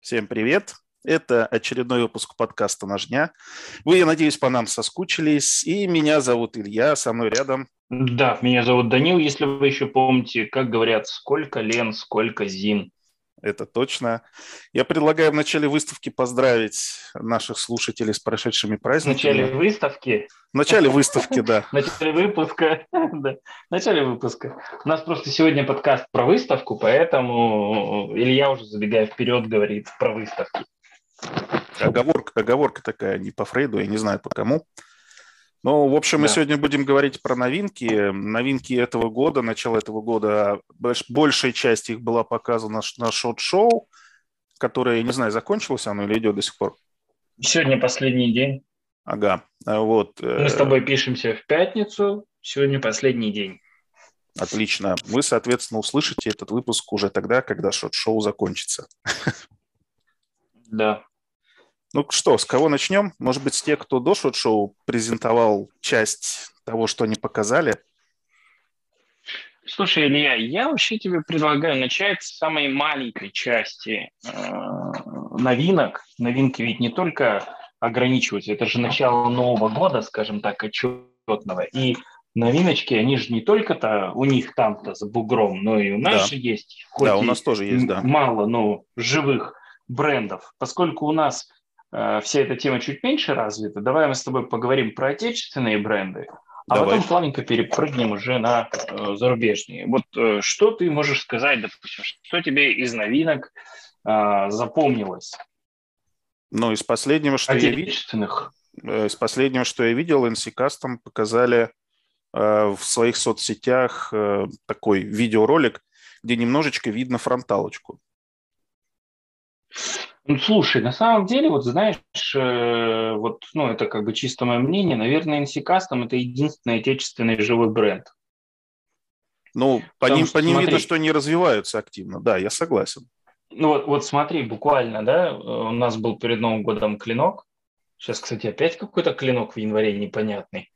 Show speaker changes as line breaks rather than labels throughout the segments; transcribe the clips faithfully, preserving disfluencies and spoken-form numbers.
Всем привет! Это очередной выпуск подкаста «Ножня». Вы, я надеюсь, по нам соскучились. И меня зовут Илья, со мной рядом.
Да, меня зовут Данил, если вы еще помните, как говорят, сколько Лен, сколько Зин.
Это точно. Я предлагаю в начале выставки поздравить наших слушателей с прошедшими праздниками.
В начале выставки?
В начале выставки, да.
В начале выпуска, да. В начале выпуска. У нас просто сегодня подкаст про выставку, поэтому Илья уже, забегая вперед, говорит про выставки.
Оговорка, оговорка такая, не по Фрейду, я не знаю по кому. Ну, в общем, мы
Да.
сегодня будем говорить про новинки. Новинки этого года, начала этого года. Больш, большая часть их была показана на шот-шоу, которое, я не знаю, закончилось оно или идет до сих пор.
Сегодня последний день.
Ага, вот.
Мы с тобой пишемся в пятницу, сегодня последний день.
Отлично. Вы, соответственно, услышите этот выпуск уже тогда, когда шот-шоу закончится.
Да.
Ну что, с кого начнем? Может быть, с тех, кто до шот-шоу презентовал часть того, что они показали?
Слушай, Илья, я вообще тебе предлагаю начать с самой маленькой части э, новинок. Новинки ведь не только ограничиваются, это же начало Нового года, скажем так, отчетного. И новиночки, они же не только-то у них там-то за бугром, но и у нас
Да.
же есть, хоть
Да, у
и
нас тоже есть, да.
мало, но живых брендов. Поскольку у нас э, вся эта тема чуть меньше развита, давай мы с тобой поговорим про отечественные бренды, а
Давай.
потом плавненько перепрыгнем уже на э, зарубежные. Вот э, что ты можешь сказать, допустим, что тебе из новинок э, запомнилось?
Ну, из последнего, что я видел, из последнего, что я видел, эн си Custom показали э, в своих соцсетях э, такой видеоролик, где немножечко видно фронталочку.
Ну, слушай, на самом деле, вот знаешь, э, вот, ну, это как бы чисто мое мнение, наверное, эн си Custom – это единственный отечественный живой бренд.
Ну, по
Потому
ним,
что,
по ним
смотри,
видно, что они развиваются активно. Да, я согласен.
Ну вот, вот смотри, буквально, да, у нас был перед Новым годом клинок. Сейчас, кстати, опять какой-то клинок в январе непонятный.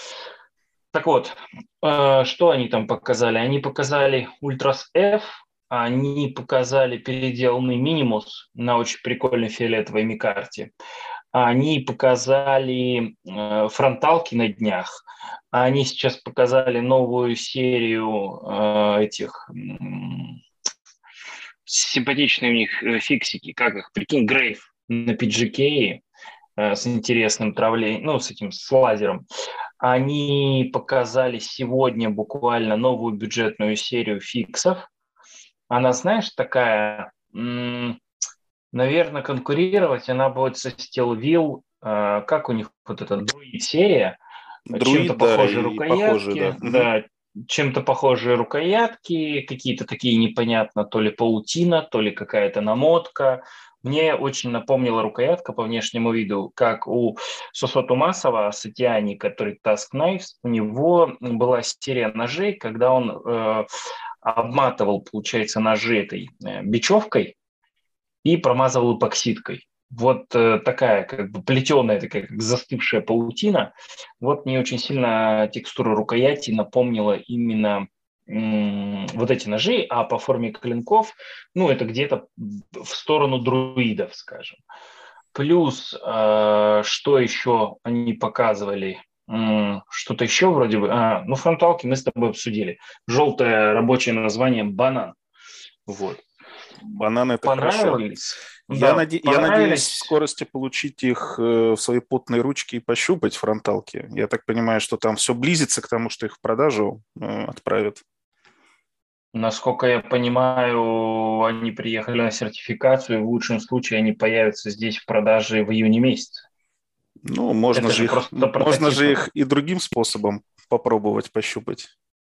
Так вот, э, что они там показали? Они показали Ultras F, они показали переделанный Minimus на очень прикольной фиолетовой микарте. Они показали э, фронталки на днях. Они сейчас показали новую серию э, этих... М- симпатичные у них э, фиксики, как их, прикинь, Грейв на пиджаке э, с интересным травлением, ну, с этим, с лазером. Они показали сегодня буквально новую бюджетную серию фиксов. Она, знаешь, такая, м- наверное, конкурировать она будет со Steel Wheel, э, как у них вот эта Druid-серия, чем-то
Друид, да,
похожие
и похожие, да.
рукоятки, да, чем-то похожие рукоятки, какие-то такие непонятно, то ли паутина, то ли какая-то намотка. Мне очень напомнила рукоятка по внешнему виду, как у Сосо Тумасова, Сатиани, который Task Knives, у него была серия ножей, когда он э, обматывал, получается, ножи этой э, бечевкой и промазывал эпоксидкой. Вот э, такая как бы плетеная, такая как застывшая паутина. Вот мне очень сильно текстура рукояти напомнила именно м- вот эти ножи, а по форме клинков, ну, это где-то в сторону друидов, скажем. Плюс, э, что еще они показывали? М, Что-то еще вроде бы. А, ну, фронталки мы с тобой обсудили. Желтое рабочее название банан. Вот.
Бананы – это хорошо.
Понравились?
Я,
Да,
наде... я надеюсь в
понравились.
скорости получить их э, в свои потные ручки и пощупать фронталки. Я так понимаю, что там все близится к тому, что их в продажу э, отправят.
Насколько я понимаю, они приехали на сертификацию, и в лучшем случае они появятся здесь в продаже в июне месяце.
Ну, можно
Это
же
же
их,
просто
можно же
прототипы.
их и другим способом попробовать пощупать.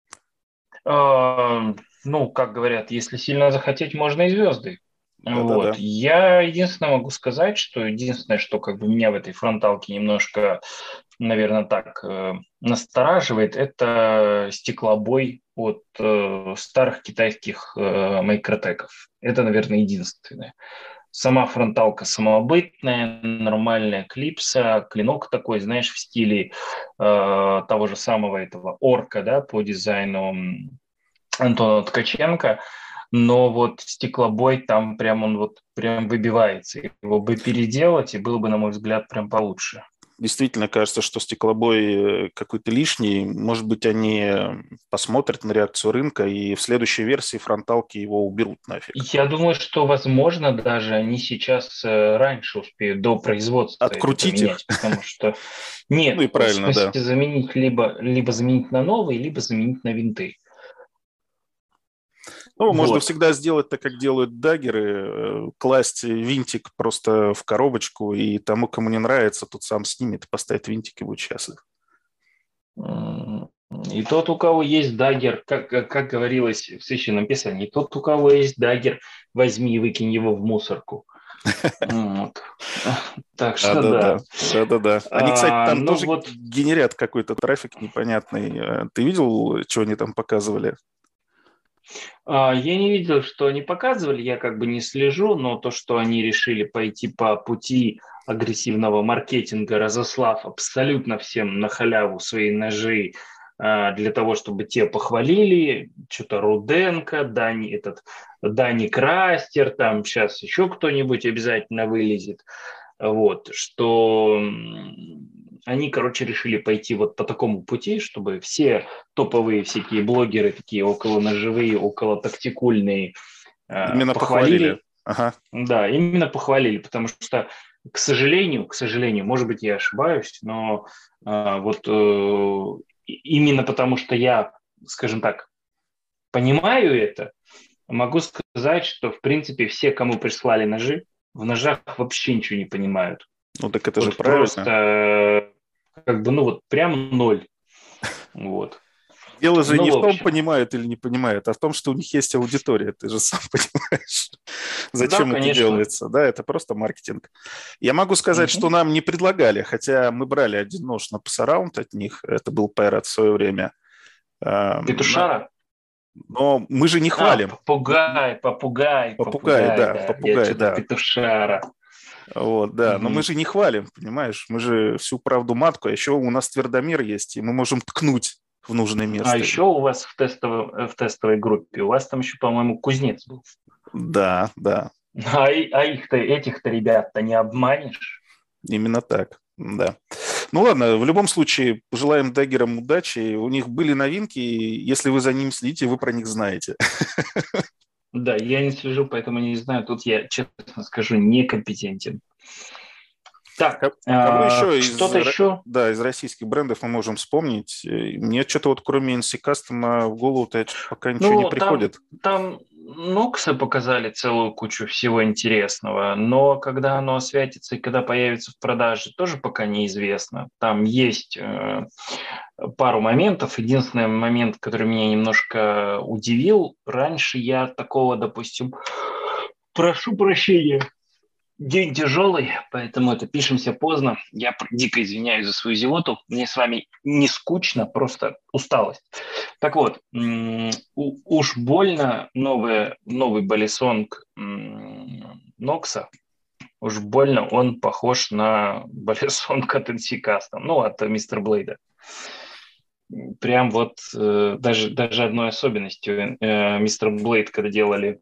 Э, Ну, как говорят, если сильно захотеть, можно и звезды. Вот.
Да-да-да.
Я единственное могу сказать, что единственное, что как бы меня в этой фронталке немножко, наверное, так э, настораживает, это стеклобой от э, старых китайских э, микротеков. Это, наверное, единственное. Сама фронталка самобытная, нормальная клипса, клинок такой, знаешь, в стиле э, того же самого этого орка, да, по дизайну Антона Ткаченко. но вот стеклобой там прям он вот прям выбивается. Его бы переделать, и было бы, на мой взгляд, прям получше.
Действительно кажется, что стеклобой какой-то лишний. Может быть, они посмотрят на реакцию рынка и в следующей версии фронталки его уберут нафиг.
Я думаю, что, возможно, даже они сейчас раньше успеют до производства
открутить
это поменять,
их?
потому что нет,
ну и правильно,
в смысле
да.
заменить либо, либо заменить на новые, либо заменить на винты.
Ну,
вот.
можно всегда сделать так, как делают даггеры, класть винтик просто в коробочку, и тому, кому не нравится, тот сам снимет, поставит винтик и будет счастлив.
И тот, у кого есть даггер, как, как говорилось в Священном Писании, тот, у кого есть даггер, возьми и выкинь его в мусорку. Так что да.
Да-да-да. Они, кстати, там тоже генерят какой-то трафик непонятный. Ты видел, что они там показывали?
Я не видел, что они показывали, я как бы не слежу, но то, что они решили пойти по пути агрессивного маркетинга, разослав абсолютно всем на халяву свои ножи для того, чтобы те похвалили, что-то Руденко, Дани, этот, Дани Крастер, там сейчас еще кто-нибудь обязательно вылезет, вот, что они, короче, решили пойти вот по такому пути, чтобы все топовые всякие блогеры, такие около ножевые, около тактикульные,
именно
похвалили.
похвалили. Ага.
Да, именно похвалили, потому что, к сожалению, к сожалению, может быть, я ошибаюсь, но а, вот э, именно потому что я, скажем так, понимаю это, могу сказать, что, в принципе, все, кому прислали ножи, в ножах вообще ничего не понимают.
Ну, так это
вот
же правильно.
Просто, как бы, ну, вот прям ноль. Вот.
Дело же
ну,
не в,
в
том, понимают или не понимают, а в том, что у них есть аудитория. Ты же сам понимаешь, зачем
да,
это делается. Да, это просто маркетинг. Я могу сказать,
угу.
что нам не предлагали, хотя мы брали один нож на пассараунд от них. Это был Пайрат в свое время.
Петушара?
Но мы же не хвалим.
А, попугай, попугай,
попугай,
попугай,
да,
да.
попугай,
Я
да.
Петушара.
Вот, да,
угу.
но мы же не хвалим, понимаешь? Мы же всю правду матку, а еще у нас твердомер есть, и мы можем ткнуть в нужное место.
А еще у вас в тестовой, в тестовой группе, у вас там еще, по-моему, кузнец был.
Да, да.
А, а их-то, этих-то ребят-то не обманешь.
Именно так, да. Ну ладно, в любом случае, пожелаем даггерам удачи. У них были новинки, и если вы за ним следите, вы про них знаете.
Да, я не слежу, поэтому не знаю. Тут я, честно скажу, некомпетентен. Так,
Кого
а,
еще
что-то
из,
еще?
Да, из российских брендов мы можем вспомнить. Мне что-то вот кроме эн си Custom в голову-то пока ничего
ну,
не приходит.
Там, там Ноксы показали целую кучу всего интересного, но когда оно освятится и когда появится в продаже, тоже пока неизвестно. Там есть э, пару моментов. Единственный момент, который меня немножко удивил, раньше я такого, допустим, прошу прощения, день тяжелый, поэтому это пишемся поздно. Я дико извиняюсь за свою зевоту. Мне с вами не скучно, просто усталость. Так вот, уж больно новый, новый балисонг Нокса, уж больно он похож на балисонг от эн си Custom, ну, от мистер Блейда. Прям вот э, даже, даже одной особенностью э, мистер Блейд, когда делали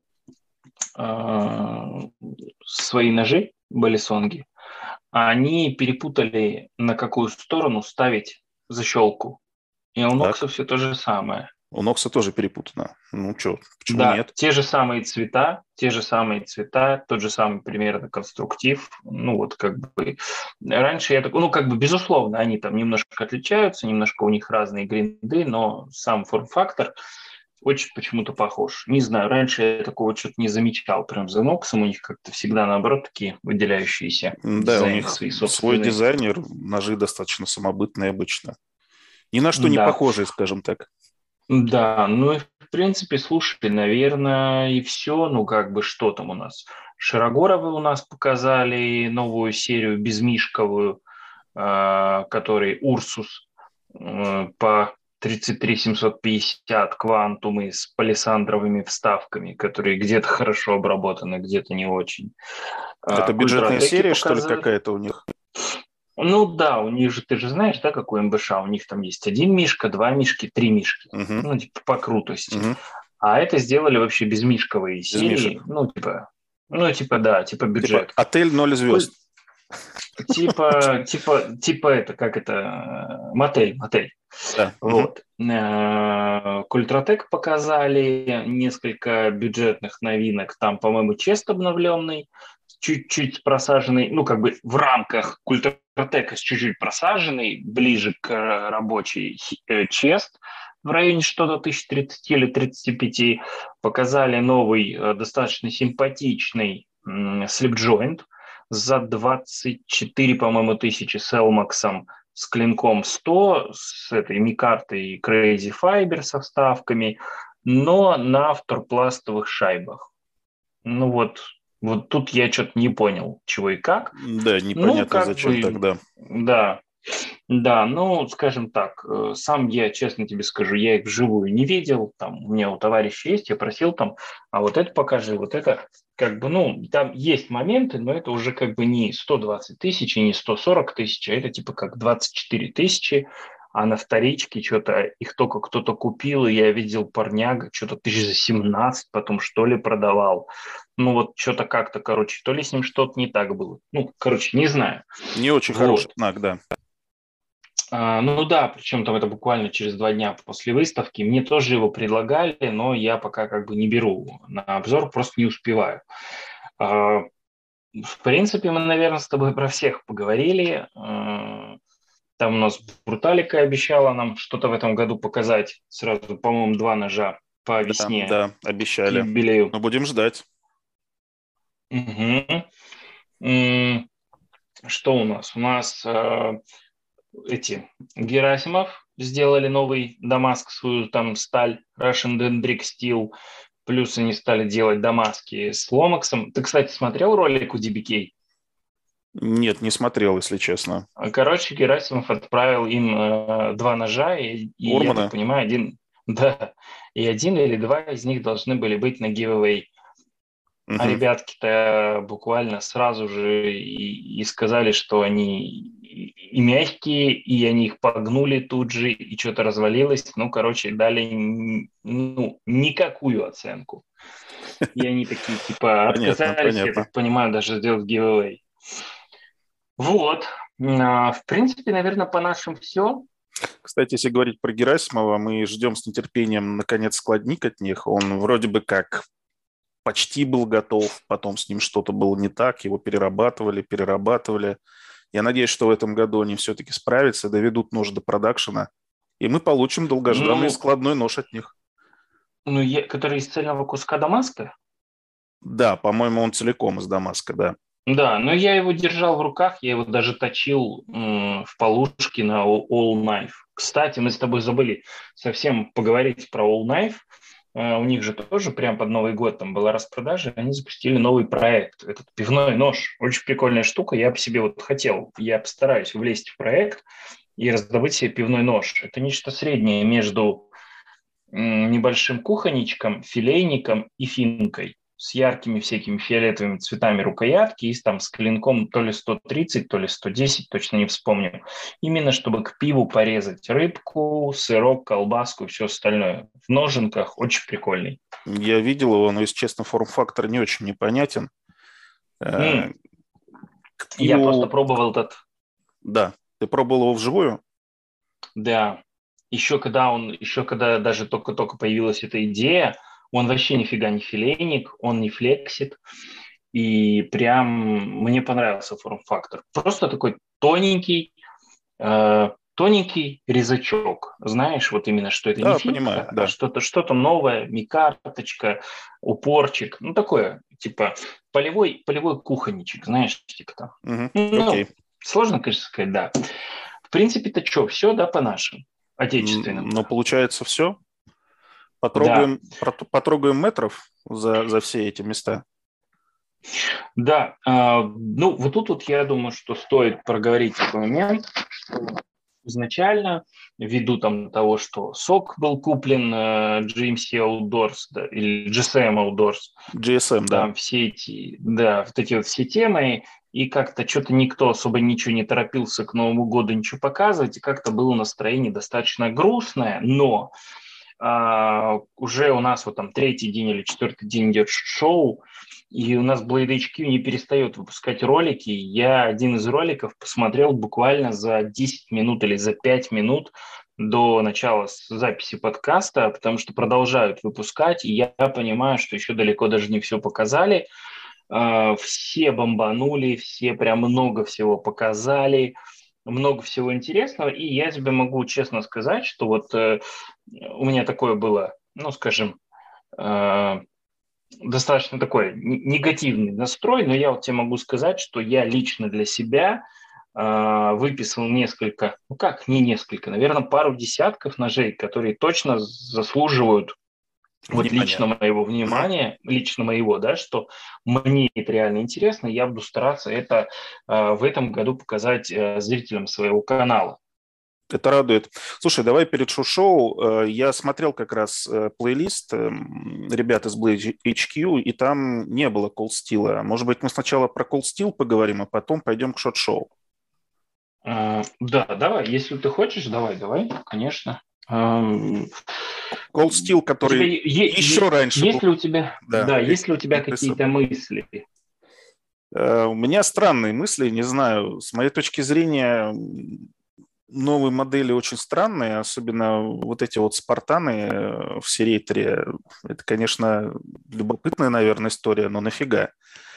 свои ножи, балисонги, они перепутали, на какую сторону ставить защелку. И у Нокса все то же самое.
У Нокса тоже перепутано. Ну что, почему
да,
нет?
те же самые цвета, те же самые цвета, тот же самый примерно конструктив. Ну вот как бы раньше я так, ну как бы безусловно, они там немножко отличаются, немножко у них разные гринды, но сам форм-фактор очень почему-то похож. Не знаю, раньше я такого что-то не замечал. Прям за Ноксом у них как-то всегда, наоборот, такие выделяющиеся
да,
дизайны
у них
свои
собственные. Свой дизайнер, ножи достаточно самобытные обычно. Ни на что не да. похожие, скажем так.
Да, ну и в принципе, слушай, наверное, и все. Ну как бы что там у нас? Широгоровы у нас показали новую серию безмишковую, э, который Урсус э, по тридцать три семьсот пятьдесят квантумы с палисандровыми вставками, которые где-то хорошо обработаны, где-то не очень.
Это бюджетная серия, что ли, какая-то у них?
Ну да, у них же, ты же знаешь, да, какой МБШ? У них там есть один мишка, два мишки, три мишки.
Uh-huh.
Ну, типа по крутости.
Uh-huh.
А это сделали вообще безмишковые
Без
серии.
мишек.
Ну, типа, ну, типа, да, типа бюджет.
Типа отель ноль звезд.
Типа, типа, типа это, как это, мотель, мотель.
Да.
Вот. Культротек показали несколько бюджетных новинок. Там, по-моему, чест обновленный, чуть-чуть просаженный, ну, как бы в рамках Культротека чуть-чуть просаженный, ближе к рабочей чест в районе что-то тысяча тридцать или тридцати пяти. Показали новый, достаточно симпатичный Slipjoint за двадцать четыре, по-моему, тысячи с Элмаксом, с клинком сто, с этой микартой и Crazy Fiber со вставками, но на вторпластовых шайбах. Ну вот, вот тут я что-то не понял, чего и как.
Да, непонятно,
ну, как
зачем
бы,
тогда.
Да, да, ну, скажем так, сам я, честно тебе скажу, я их вживую не видел, там у меня у товарища есть, я просил там, а вот это покажи, вот это, как бы, ну, там есть моменты, но это уже как бы не сто двадцать тысяч и не сто сорок тысяч, а это типа как двадцать четыре тысячи, а на вторичке что-то их только кто-то купил, и я видел парняга, что-то тысяч за семнадцать потом что ли продавал. Ну вот что-то как-то, короче, то ли с ним что-то не так было. Ну, короче, не знаю.
Не очень
вот.
Хороший знак, да.
А, ну да, причем там это буквально через два дня после выставки. Мне тоже его предлагали, но я пока как бы не беру на обзор, просто не успеваю. А, в принципе, мы, наверное, с тобой про всех поговорили. А, там у нас Бруталика обещала нам что-то в этом году показать. Сразу, по-моему, два ножа по
Да,
весне
да,
к
обещали.
юбилею.
Но будем ждать.
Угу. Что у нас? У нас э, эти Герасимов сделали новый Дамаск, свою там сталь Russian Dendrick Steel. Плюс они стали делать дамаски с ломаксом. Ты, кстати, смотрел ролик у ди би кей?
Нет, не смотрел, если честно.
Короче, Герасимов отправил им э, два ножа, и, и я так
Ормана?
понимаю, один, да, и один или два из них должны были быть на giveaway.
Угу.
А ребятки-то буквально сразу же и, и сказали, что они и, и мягкие, и они их погнули тут же, и что-то развалилось. Ну, короче, дали ну, никакую оценку. И они такие, типа,
Понятно,
отказались, я
понятно.
так понимаю, даже сделать giveaway. Вот. В принципе, наверное, по нашим все.
Кстати, если говорить про Герасимова, мы ждем с нетерпением, наконец, складник от них. Он вроде бы как почти был готов, потом с ним что-то было не так, его перерабатывали, перерабатывали. Я надеюсь, что в этом году они все-таки справятся, доведут нож до продакшена, и мы получим долгожданный
Ну,
складной нож от них.
ну я, который из цельного куска Дамаска?
Да, по-моему, он целиком из Дамаска, да.
Да, но я его держал в руках, я его даже точил м, в полушке на All Knife. Кстати, мы с тобой забыли совсем поговорить про All Knife. Uh, у них же тоже прям под Новый год там была распродажа, они запустили новый проект, этот пивной нож. Очень прикольная штука, я бы себе вот хотел, я постараюсь влезть в проект и раздобыть себе пивной нож. Это нечто среднее между м, небольшим кухонечком, филейником и финкой с яркими всякими фиолетовыми цветами рукоятки и там с клинком то ли сто тридцать, то ли сто десять, точно не вспомню. Именно чтобы к пиву порезать рыбку, сырок, колбаску и все остальное. В ноженках очень прикольный.
Я видел его, но, если честно, форм-фактор не очень непонятен.
Mm.
К
Я
пиву...
просто пробовал этот...
Да. Ты пробовал его вживую?
Да. Еще когда он, еще когда даже только-только появилась эта идея, он вообще нифига не филейник, он не флексит. И прям мне понравился форм-фактор. Просто такой тоненький, э, тоненький резачок. Знаешь, вот именно, что это не
Да,
финка,
понимаю,
а
да.
что-то, что-то новое, микарточка, упорчик. Ну, такое, типа, полевой, полевой кухонничек, знаешь, типа там.
Угу.
Ну,
Окей.
сложно, конечно, сказать, да. В принципе-то что, все, да, по нашим, отечественным.
Но получается все.
Да,
Потрогаем, потрогаем метров за, за все эти места.
да. Э, ну, вот тут вот я думаю, что стоит проговорить такой момент, что изначально, ввиду там того, что сок был куплен э, джи эм си Outdoors, да, или джи эс эм Outdoors,
джи эс эм, да.
там все эти, да, вот эти вот все темы, и как-то что-то никто особо ничего не торопился к Новому году ничего показывать, и как-то было настроение достаточно грустное, но а, уже у нас вот там третий день или четвертый день идет шоу, и у нас Blade эйч кью не перестает выпускать ролики. Я один из роликов посмотрел буквально за десять минут или за пять минут до начала записи подкаста, потому что продолжают выпускать, и я понимаю, что еще далеко даже не все показали. Все бомбанули, все прям много всего показали, много всего интересного, и я тебе могу честно сказать, что вот э, у меня такое было, ну, скажем, э, достаточно такой негативный настрой, но я вот тебе могу сказать, что я лично для себя э, выписал несколько, ну как, не несколько, наверное, пару десятков ножей, которые точно заслуживают вот
Внимание.
лично моего внимания, лично моего, да, что мне это реально интересно, я буду стараться это э, в этом году показать э, зрителям своего канала.
Это радует. Слушай, давай перед шоу-шоу. Я смотрел как раз плейлист ребят из Blade эйч кью, и там не было Cold Steel. Может быть, мы сначала про Cold Steel поговорим, а потом пойдем к шот-шоу.
Uh, да, давай, если ты хочешь, давай, давай, конечно. Uh,
Cold Steel, который
е-
еще
е-
раньше
есть
был.
Ли у тебя, да, да есть ли у тебя какие-то мысли?
У меня странные мысли, не знаю. С моей точки зрения, новые модели очень странные, особенно вот эти вот спартаны в Серейтере. Это, конечно, любопытная, наверное, история, но нафига?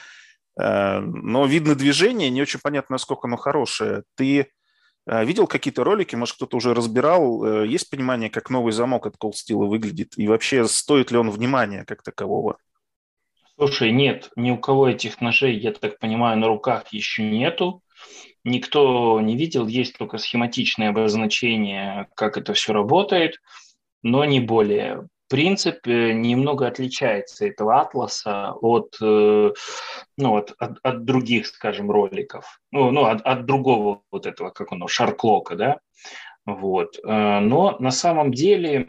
Но видно движение, не очень понятно, насколько оно хорошее. Ты видел какие-то ролики, может, кто-то уже разбирал? Есть понимание, как новый замок от Cold Steel выглядит? И вообще, стоит ли он внимания как такового?
Слушай, нет, ни у кого этих ножей, я так понимаю, на руках еще нету. Никто не видел, есть только схематичное обозначение, как это все работает, но не более. Принцип немного отличается этого атласа от, ну, от, от, от других, скажем, роликов. Ну, ну от, от другого вот этого, как оно, шарклока, да. Вот. Но на самом деле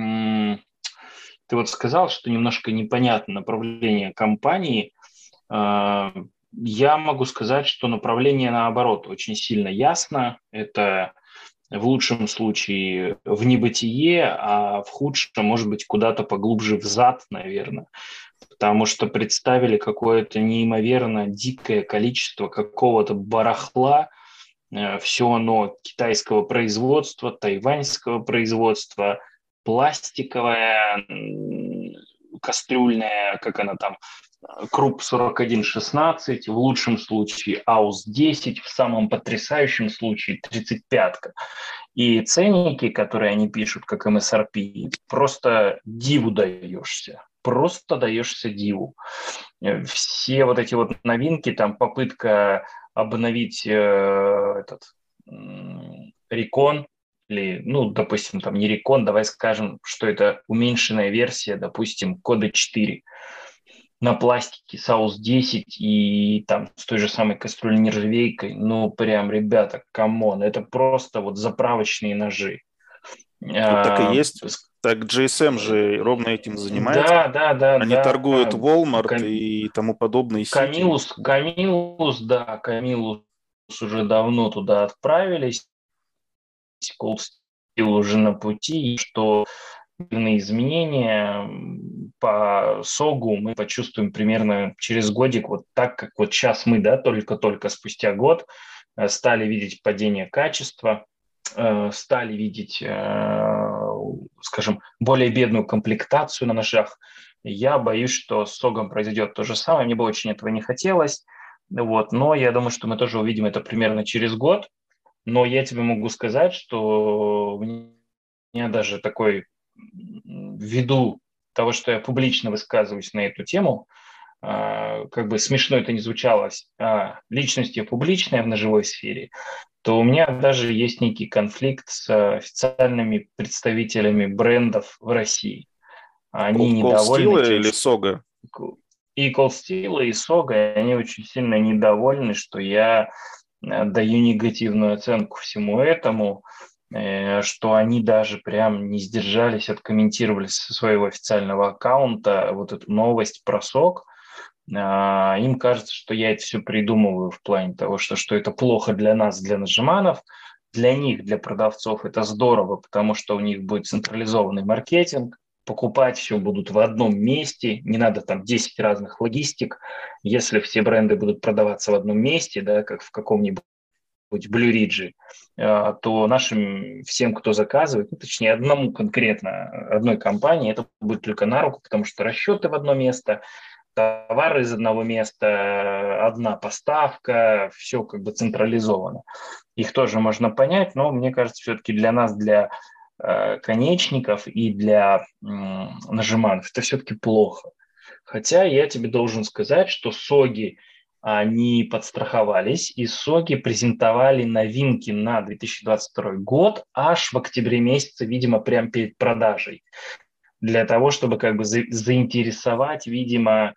ты вот сказал, что немножко непонятно направление компании. Я могу сказать, что направление, наоборот, очень сильно ясно. Это в лучшем случае в небытие, а в худшем, может быть, куда-то поглубже в зад, наверное. Потому что представили какое-то неимоверно дикое количество какого-то барахла. Все оно китайского производства, тайваньского производства, пластиковая, кастрюльная, как она там, Круп сорок один шестнадцать, в лучшем случае АУС десять, в самом потрясающем случае тридцать пятка. И ценники, которые они пишут как эм эс ар пи, просто диву даешься. Просто даешься диву. Все вот эти вот новинки, там попытка обновить э, этот Recon, или, ну, допустим, там не Recon, давай скажем, что это уменьшенная версия, допустим, кода четыре. На пластике с АУС десять и там с той же самой кастрюльной нержавейкой, ну, прям, ребята, камон, это просто вот заправочные ножи.
Вот так и есть. Так джей эс эм же ровно этим занимается.
Да, да, да.
Они
да.
торгуют Walmart
Кам...
и тому подобные сети.
Камилус, Камилус, да, Камилус уже давно туда отправились. Cold Steel уже на пути, и что изменения по согу мы почувствуем примерно через годик, вот так, как вот сейчас мы, да, только-только спустя год стали видеть падение качества, стали видеть, скажем, более бедную комплектацию на ножах. Я боюсь, что с согом произойдет то же самое. Мне бы очень этого не хотелось, вот, но я думаю, что мы тоже увидим это примерно через год. Но я тебе могу сказать, что у меня даже такой, ввиду того, что я публично высказываюсь на эту тему, как бы смешно это не звучало, личность я публичная в ножевой сфере, то у меня даже есть некий конфликт с официальными представителями брендов в России. Они
Cold
недовольны
Steel
тем,
или
что...
Soga?
И Cold Steel, и Soga, они очень сильно недовольны, что я даю негативную оценку всему этому, что они даже прям не сдержались, откомментировали со своего официального аккаунта вот эту новость про сок. Им кажется, что я это все придумываю в плане того, что, что это плохо для нас, для нажиманов. Для них, для продавцов это здорово, потому что у них будет централизованный маркетинг, покупать все будут в одном месте, не надо там десять разных логистик. Если все бренды будут продаваться в одном месте, да, как в каком-нибудь Blue Ridge, то нашим всем, кто заказывает, ну, точнее, одному конкретно, одной компании, это будет только на руку, потому что расчеты в одно место, товары из одного места, одна поставка, все как бы централизовано. Их тоже можно понять, но мне кажется, все-таки для нас, для э, конечников и для э, нажиманов, это все-таки плохо. Хотя я тебе должен сказать, что Соги, они подстраховались, и Соги презентовали новинки на две тысячи двадцать второй год аж в октябре месяце, видимо, прямо перед продажей. Для того, чтобы как бы за, заинтересовать, видимо,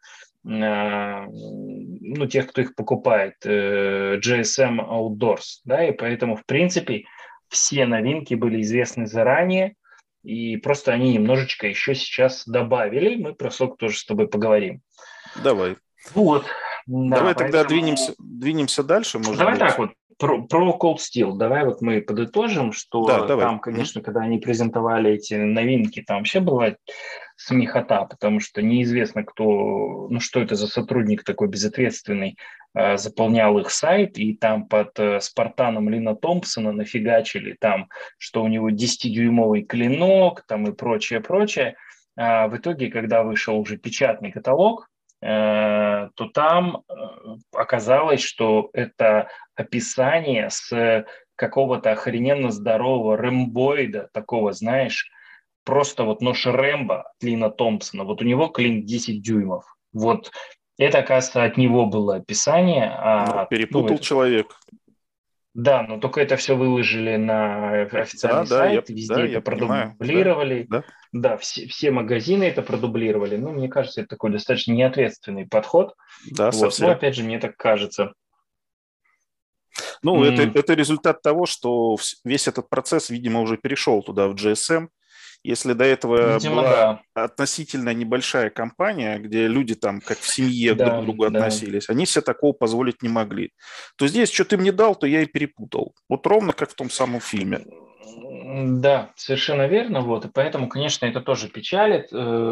э, ну, тех, кто их покупает, э, джи эс эм Outdoors, да, и поэтому, в принципе, все новинки были известны заранее, и просто они немножечко еще сейчас добавили, мы про сок тоже с тобой поговорим.
Давай.
Вот.
Давай
Да,
тогда
поэтому...
двинемся, двинемся дальше, может
Давай
быть.
так вот, про, про Cold Steel. Давай вот мы подытожим, что
Да, давай.
там, конечно, mm-hmm. когда они презентовали эти новинки, там вообще была смехота, потому что неизвестно, кто, ну что это за сотрудник такой безответственный, э, заполнял их сайт, и там под э, Спартаном Лина Томпсона нафигачили там, что у него десятидюймовый клинок, там и прочее, прочее. А в итоге, когда вышел уже печатный каталог, то там оказалось, что это описание с какого-то охрененно здорового рэмбоида, такого, знаешь, просто вот нож Рэмбо от Лина Томпсона. Вот у него клин десять дюймов. Вот это, оказывается, от него было описание. А,
ну, перепутал
ну, это...
человек.
Да, но только это все выложили на официальный
да,
сайт,
да, я,
везде
да,
это
я
продублировали.
Да, да.
Да, все, все магазины это продублировали. Ну, мне кажется, это такой достаточно неответственный подход.
Да,
вот.
совсем.
Ну, опять же, мне так кажется.
Ну, mm. это, это результат того, что весь этот процесс, видимо, уже перешел туда, в джи эс эм. Если до этого
Видимо,
была
да.
относительно небольшая компания, где люди там как в семье
да,
друг к другу
да.
относились, они себе такого позволить не могли. То здесь, что ты мне дал, то я и перепутал. Вот ровно как в том самом фильме.
Да, совершенно верно. Вот. И поэтому, конечно, это тоже печалит.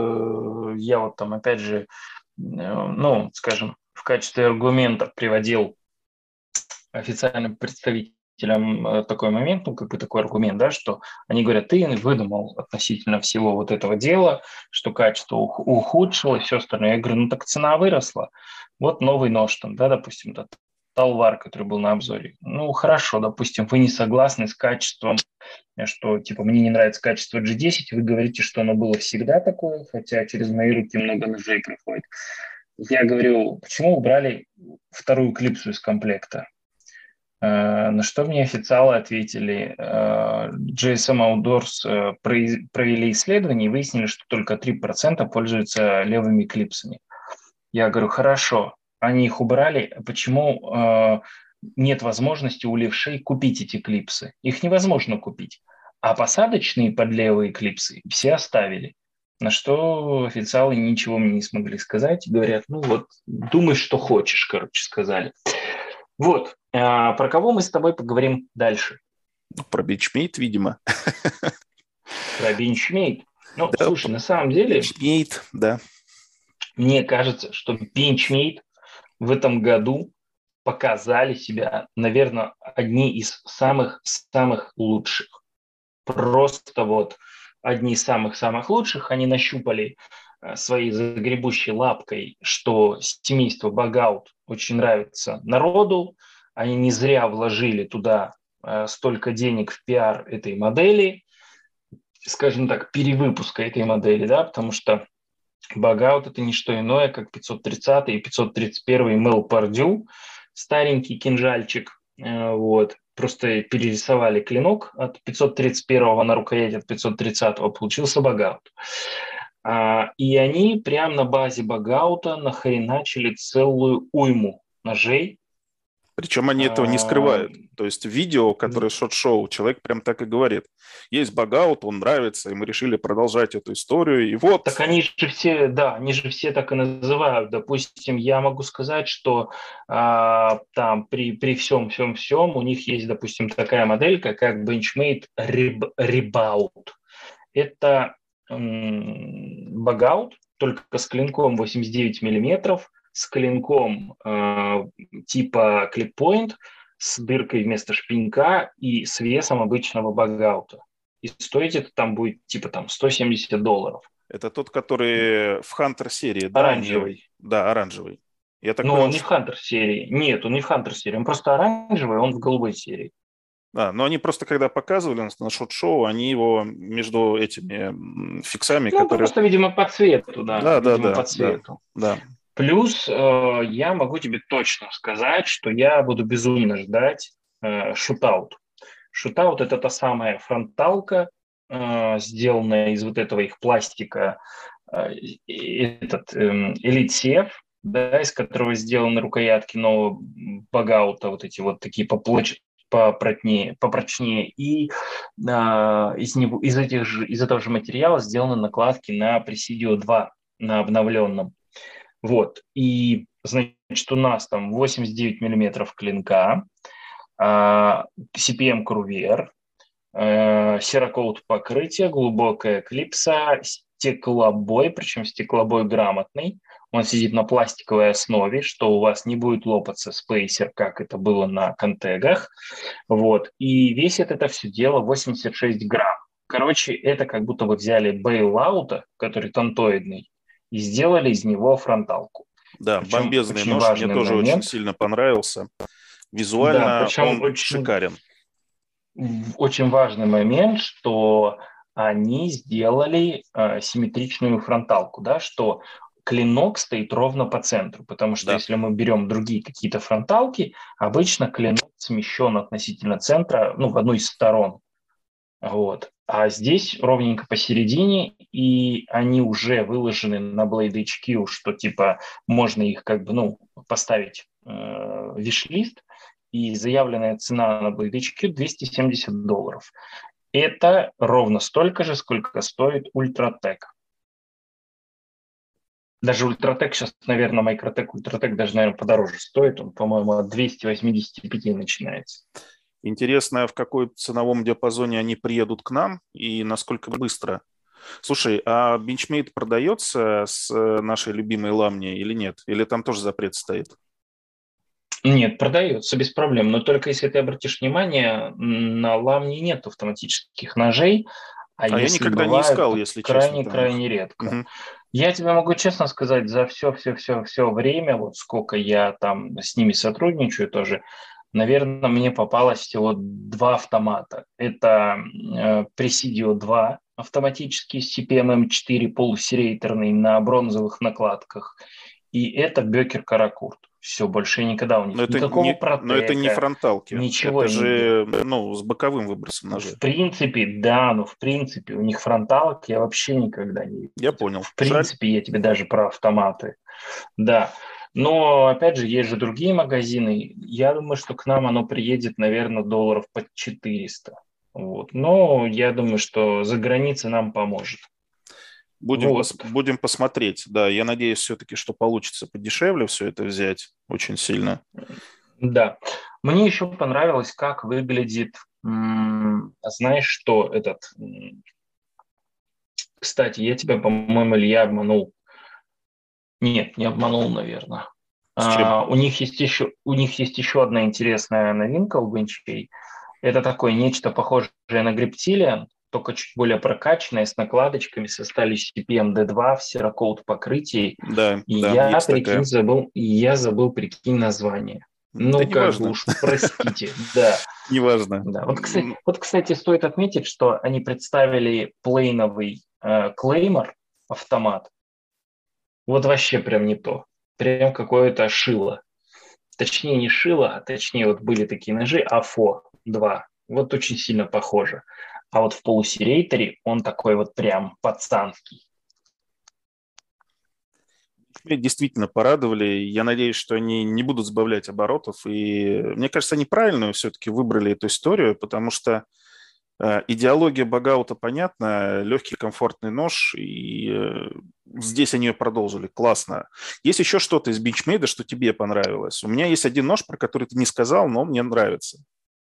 Я вот там, опять же, ну, скажем, в качестве аргумента приводил официальным представителям такой момент, ну, как бы такой аргумент, да, что они говорят, ты выдумал относительно всего вот этого дела, что качество ухудшилось, все остальное. Я говорю, ну, так цена выросла. Вот новый нож там, да, допустим, да, Талвар, который был на обзоре. Ну, хорошо, допустим, вы не согласны с качеством, что, типа, мне не нравится качество джи десять, вы говорите, что оно было всегда такое, хотя через мои руки много ножей проходит. Я говорю, почему убрали вторую клипсу из комплекта? На что мне официалы ответили, джи эс эм Outdoors провели исследование и выяснили, что только три процента пользуются левыми клипсами. Я говорю, хорошо, они их убрали, почему нет возможности у левшей купить эти клипсы? Их невозможно купить. А посадочные под левые клипсы все оставили. На что официалы ничего мне не смогли сказать. Говорят, ну вот, думай, что хочешь, короче, сказали. Вот, а, про кого мы с тобой поговорим дальше?
Про Benchmade, видимо.
Про Benchmade. Ну,
да,
слушай, на самом деле...
Benchmade, да.
Мне кажется, что Benchmade в этом году показали себя, наверное, одни из самых-самых лучших. Просто вот одни из самых-самых лучших. Они нащупали своей загребущей лапкой, что семейство Багаут очень нравится народу. Они не зря вложили туда столько денег в пиар этой модели, скажем так, перевыпуска этой модели, да, потому что Багаут – это не что иное, как пятьсот тридцатый и пятьсот тридцать первый Мел Пардю, старенький кинжальчик, вот, просто перерисовали клинок от пятьсот тридцать первого на рукоять от пятьсот тридцатого, получился Багаут. И они прямо на базе Багаута нахреначили целую уйму ножей,
Причем они этого не скрывают. То есть в видео, которое шот-шоу, человек прям так и говорит. Есть багаут, он нравится, и мы решили продолжать эту историю. И вот...
Так они же все, да, они же все так и называют. Допустим, я могу сказать, что а, там при, при всем, всем, всем у них есть, допустим, такая моделька, как Benchmade Rebound. Это м, багаут, только с клинком восемьдесят девять миллиметров, с клинком э, типа клиппоинт, с дыркой вместо шпинька и с весом обычного багаута. И стоить это там будет типа там сто семьдесят долларов.
Это тот, который в Хантер серии, да?
Оранжевый.
Они... Да, оранжевый. Я так
Но
понял,
он не
что...
в Хантер серии. Нет, он не в Хантер серии. Он просто оранжевый, он в голубой серии.
Да, но они просто, когда показывали на шот-шоу, они его между этими фиксами,
Ну,
которые...
просто, видимо, по цвету, да.
Да, да,
Видимо,
да,
по
да,
цвету.
да.
Плюс э, я могу тебе точно сказать, что я буду безумно ждать э, шутаут. Шутаут – это та самая фронталка, э, сделанная из вот этого их пластика, э, этот э, Elite си эф, да, из которого сделаны рукоятки нового багаута, вот эти вот такие поплоч, попротнее, попрочнее. И э, из, него, из, этих же, из этого же материала сделаны накладки на Presidio два, на обновленном. Вот, и, значит, у нас там восемьдесят девять миллиметров клинка, си пи эм Крувер, серокоут покрытие, глубокая клипса, стеклобой, причем стеклобой грамотный. Он сидит на пластиковой основе, что у вас не будет лопаться спейсер, как это было на контегах. Вот, и весит это все дело восемьдесят шесть грамм. Короче, это как будто бы взяли бейлаута, который тантоидный, и сделали из него фронталку.
Да,
Причем
бомбезный
очень
нож, мне
важный
тоже
момент.
очень сильно понравился.
Да,
Визуально
причем
он
очень,
шикарен.
очень важный момент, что они сделали э, симметричную фронталку, да, что клинок стоит ровно по центру, потому что
Да.
если мы берем другие какие-то фронталки, обычно клинок смещен относительно центра, ну, в одну из сторон. Вот. А здесь ровненько посередине, и они уже выложены на Blade эйч кью, что типа можно их как бы, ну, поставить э, виш-лист, и заявленная цена на Blade эйч кью двести семьдесят долларов. Это ровно столько же, сколько стоит Ультратек. Даже Ультратек сейчас, наверное, Микротек, Ультратек даже, наверное, подороже стоит. Он, по-моему, от двухсот восьмидесяти пяти начинается.
Интересно, в каком ценовом диапазоне они приедут к нам и насколько быстро. Слушай, а Benchmade продается с нашей любимой ламни или нет? Или там тоже запрет стоит?
Нет, продается без проблем, но только если ты обратишь внимание, на ламне нет автоматических ножей, а,
а
если
я никогда
бывают,
не искал,
то
если честно.
крайне-крайне редко.
Угу.
Я тебе могу честно сказать, за все-все-все-все время, вот сколько я там с ними сотрудничаю тоже, наверное, мне попалось всего два автомата. Это э, Presidio два автоматический с си пи эм эм четыре полусерейтерный на бронзовых накладках, и это Бекер Каракурт. Все, больше никогда у них
Но это
никакого
не,
протека,
но это не фронталки.
ничего
Это
я не видел.
же ну, с боковым выбросом ножей.
В принципе, да, но в принципе у них фронталок я вообще никогда не видел.
Я понял.
В принципе, Жаль. Я тебе даже про автоматы. Да. Но, опять же, есть же другие магазины. Я думаю, что к нам оно приедет, наверное, долларов под четыреста. Вот. Но я думаю, что за границей нам поможет.
Будем,
вот.
пос, будем посмотреть. Да, я надеюсь все-таки, что получится подешевле все это взять. Очень сильно.
Да. Мне еще понравилось, как выглядит, м- знаешь, что этот... Кстати, я тебя, по-моему, Илья обманул. Нет, не обманул, наверное. А, у них есть еще, у них есть еще одна интересная новинка у Бенчей. Это такое нечто похожее на Грептилиан, только чуть более прокачанное, с накладочками, со сталью си пи эм ди два в серокоут покрытии.
Да,
и
да,
я,
есть
прикинь,
такая.
забыл, и я забыл, прикинь, название.
Да
Ну,
не
как бы
важно.
уж, простите, да.
Неважно.
Да. Вот, кстати, вот, кстати, стоит отметить, что они представили плейновый э, клеймор автомат. Вот вообще прям не то. Прям какое-то шило. Точнее, не шило, а точнее, вот были такие ножи АФО два. Вот очень сильно похоже. А вот в полусерейторе он такой вот прям пацанский.
Меня действительно порадовали. Я надеюсь, что они не будут сбавлять оборотов. И мне кажется, они правильно все-таки выбрали эту историю, потому что э, идеология Багаута понятна, легкий комфортный нож, и э, здесь они ее продолжили. Классно. Есть еще что-то из Бенчмейда, что тебе понравилось? У меня есть один нож, про который ты не сказал, но мне нравится.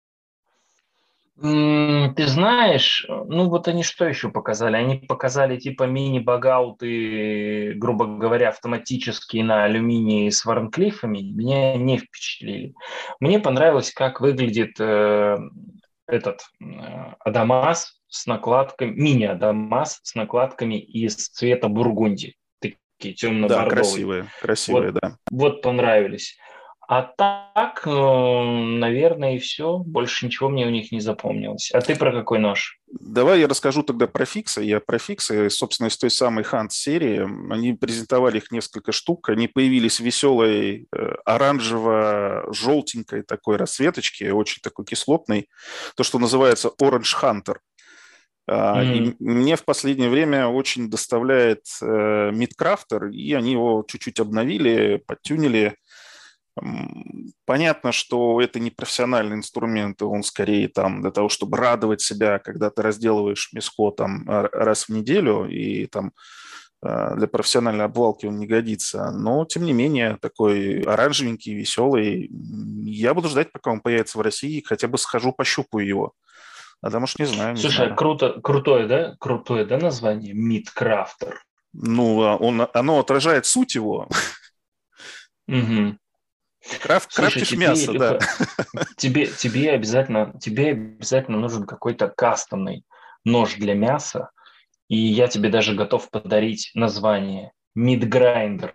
Ты знаешь, ну вот они что еще показали? Они показали типа мини-багауты, грубо говоря, автоматические на алюминии с варнклифами. Меня не впечатлили. Мне понравилось, как выглядит э, этот э, Адамас с накладками, мини-Адамас с накладками из цвета бургунди. Такие
Да,
темно-бордовые.
красивые, красивые,
Вот,
да.
вот понравились. А так, э, наверное, и все. Больше ничего мне у них не запомнилось. А ты про какой нож?
Давай я расскажу тогда про фиксы. Я про фиксы, собственно, из той самой Hunt серии. Они презентовали их несколько штук. Они появились в веселой э, оранжево-желтенькой такой расцветочке, очень такой кислотной. То, что называется Orange Hunter. А, И
М,
мне в последнее время очень доставляет э, Мидкрафтер, и они его чуть-чуть обновили, подтюнили. М, Понятно, что это не профессиональный инструмент, и он скорее там для того, чтобы радовать себя, когда ты разделываешь мяско там р- раз в неделю, и там э, для профессиональной обвалки он не годится. Но, тем не менее, такой оранжевенький, веселый. М, Я буду ждать, пока он появится в России, хотя бы схожу, пощупаю его. А там уж не знаю, не
Слушай, а
знаю.
круто, крутое, да? Крутое, да, название? Мидкрафтер.
Ну, а он, оно отражает суть его.
Мгм.
Ты краф,
Слушай,
крафтишь
тебе,
мясо, да.
Илюха, тебе, тебе обязательно, тебе обязательно нужен какой-то кастомный нож для мяса, и я тебе даже готов подарить название Мидграйндер,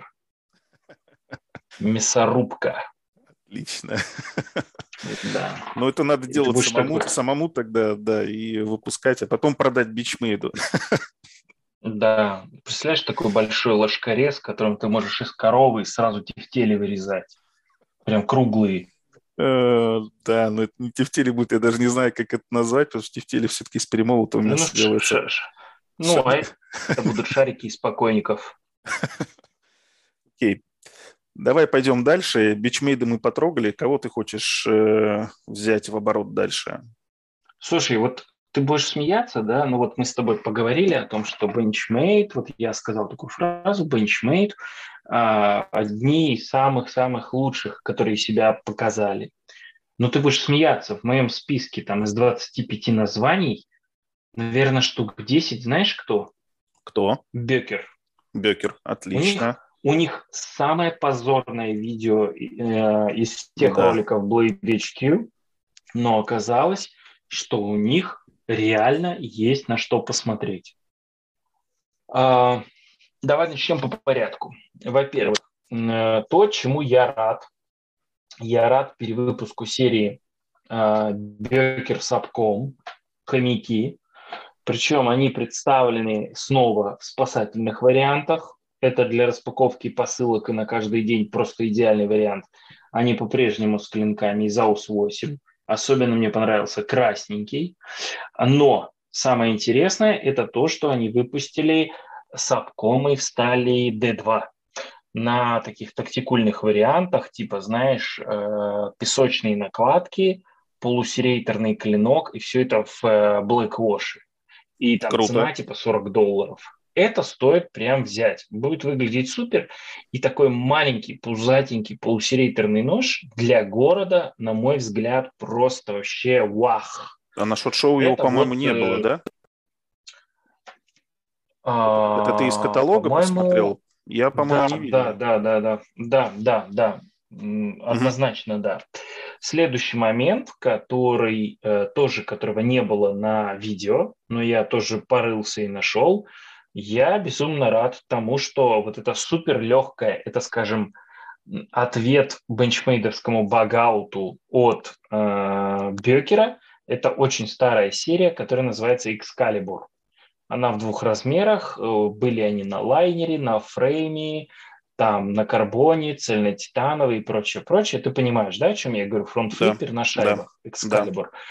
мясорубка.
Отлично.
Да.
Но это надо
И ты
делать
будешь
самому,
такой,
самому тогда, да, и выпускать, а потом продать бичмейду.
да, представляешь, такой большой ложкорез, которым ты можешь из коровы сразу тефтели вырезать. Прям круглые.
Э, Да, но это не тефтели будет, я даже не знаю, как это назвать, потому что тефтели все-таки из перемолотого
Ну,
мяса
ш-
делается.
ш- ш- ну, а
Шари.
это будут шарики из покойников.
Окей, давай пойдем дальше. Бичмейда мы потрогали. Кого ты хочешь э, взять в оборот дальше?
Слушай, вот ты будешь смеяться, да? Ну вот мы с тобой поговорили о том, что Benchmade, вот я сказал такую фразу, Benchmade, а, одни из самых-самых лучших, которые себя показали. Но ты будешь смеяться, в моем списке там из двадцати пяти названий, наверное, штук десять, знаешь кто?
Кто?
Бекер.
Бекер.
У них,
Отлично.
у них самое позорное видео э, из тех
Да.
роликов Blade эйч кью, но оказалось, что у них реально есть на что посмотреть. А, давай начнем по порядку. Во-первых, э, то, чему я рад. Я рад перевыпуску серии э, Бекер Сапком, хомяки. Причем они представлены снова в спасательных вариантах. Это для распаковки посылок и на каждый день просто идеальный вариант. Они по-прежнему с клинками из АУС восемь. Особенно мне понравился красненький. Но самое интересное – это то, что они выпустили сабкомы в стали ди два на таких тактикульных вариантах, типа, знаешь, э, песочные накладки, полусерейторный клинок, и все это в э, Blackwash. И там
Круто.
цена типа сорок долларов. Это стоит прям взять. Будет выглядеть супер. И такой маленький, пузатенький, полусерейторный нож для города, на мой взгляд, просто вообще вах.
А на шот-шоу его,
Это
по-моему,
вот,
не было,
э,
да? Это, это ты из
а,
каталога
по-моему,
посмотрел? Я, по-моему,
да,
не
да,
видел.
да, да, да, да, да, да, М,
Мгм.
однозначно, да. Следующий момент, который э, тоже, которого не было на видео, но я тоже порылся и нашел, я безумно рад тому, что вот это супер легкое, это, скажем, м, ответ бенчмейдовскому багауту от э, Бекера. Это очень старая серия, которая называется Excalibur. Она в двух размерах. э, Были они на лайнере, на фрейме, там на карбоне, цельнотитановый и прочее, прочее. Ты понимаешь, да, о чем я говорю?
Да,
Фронтфлиппер на
да,
шайбах,
да.
Excalibur.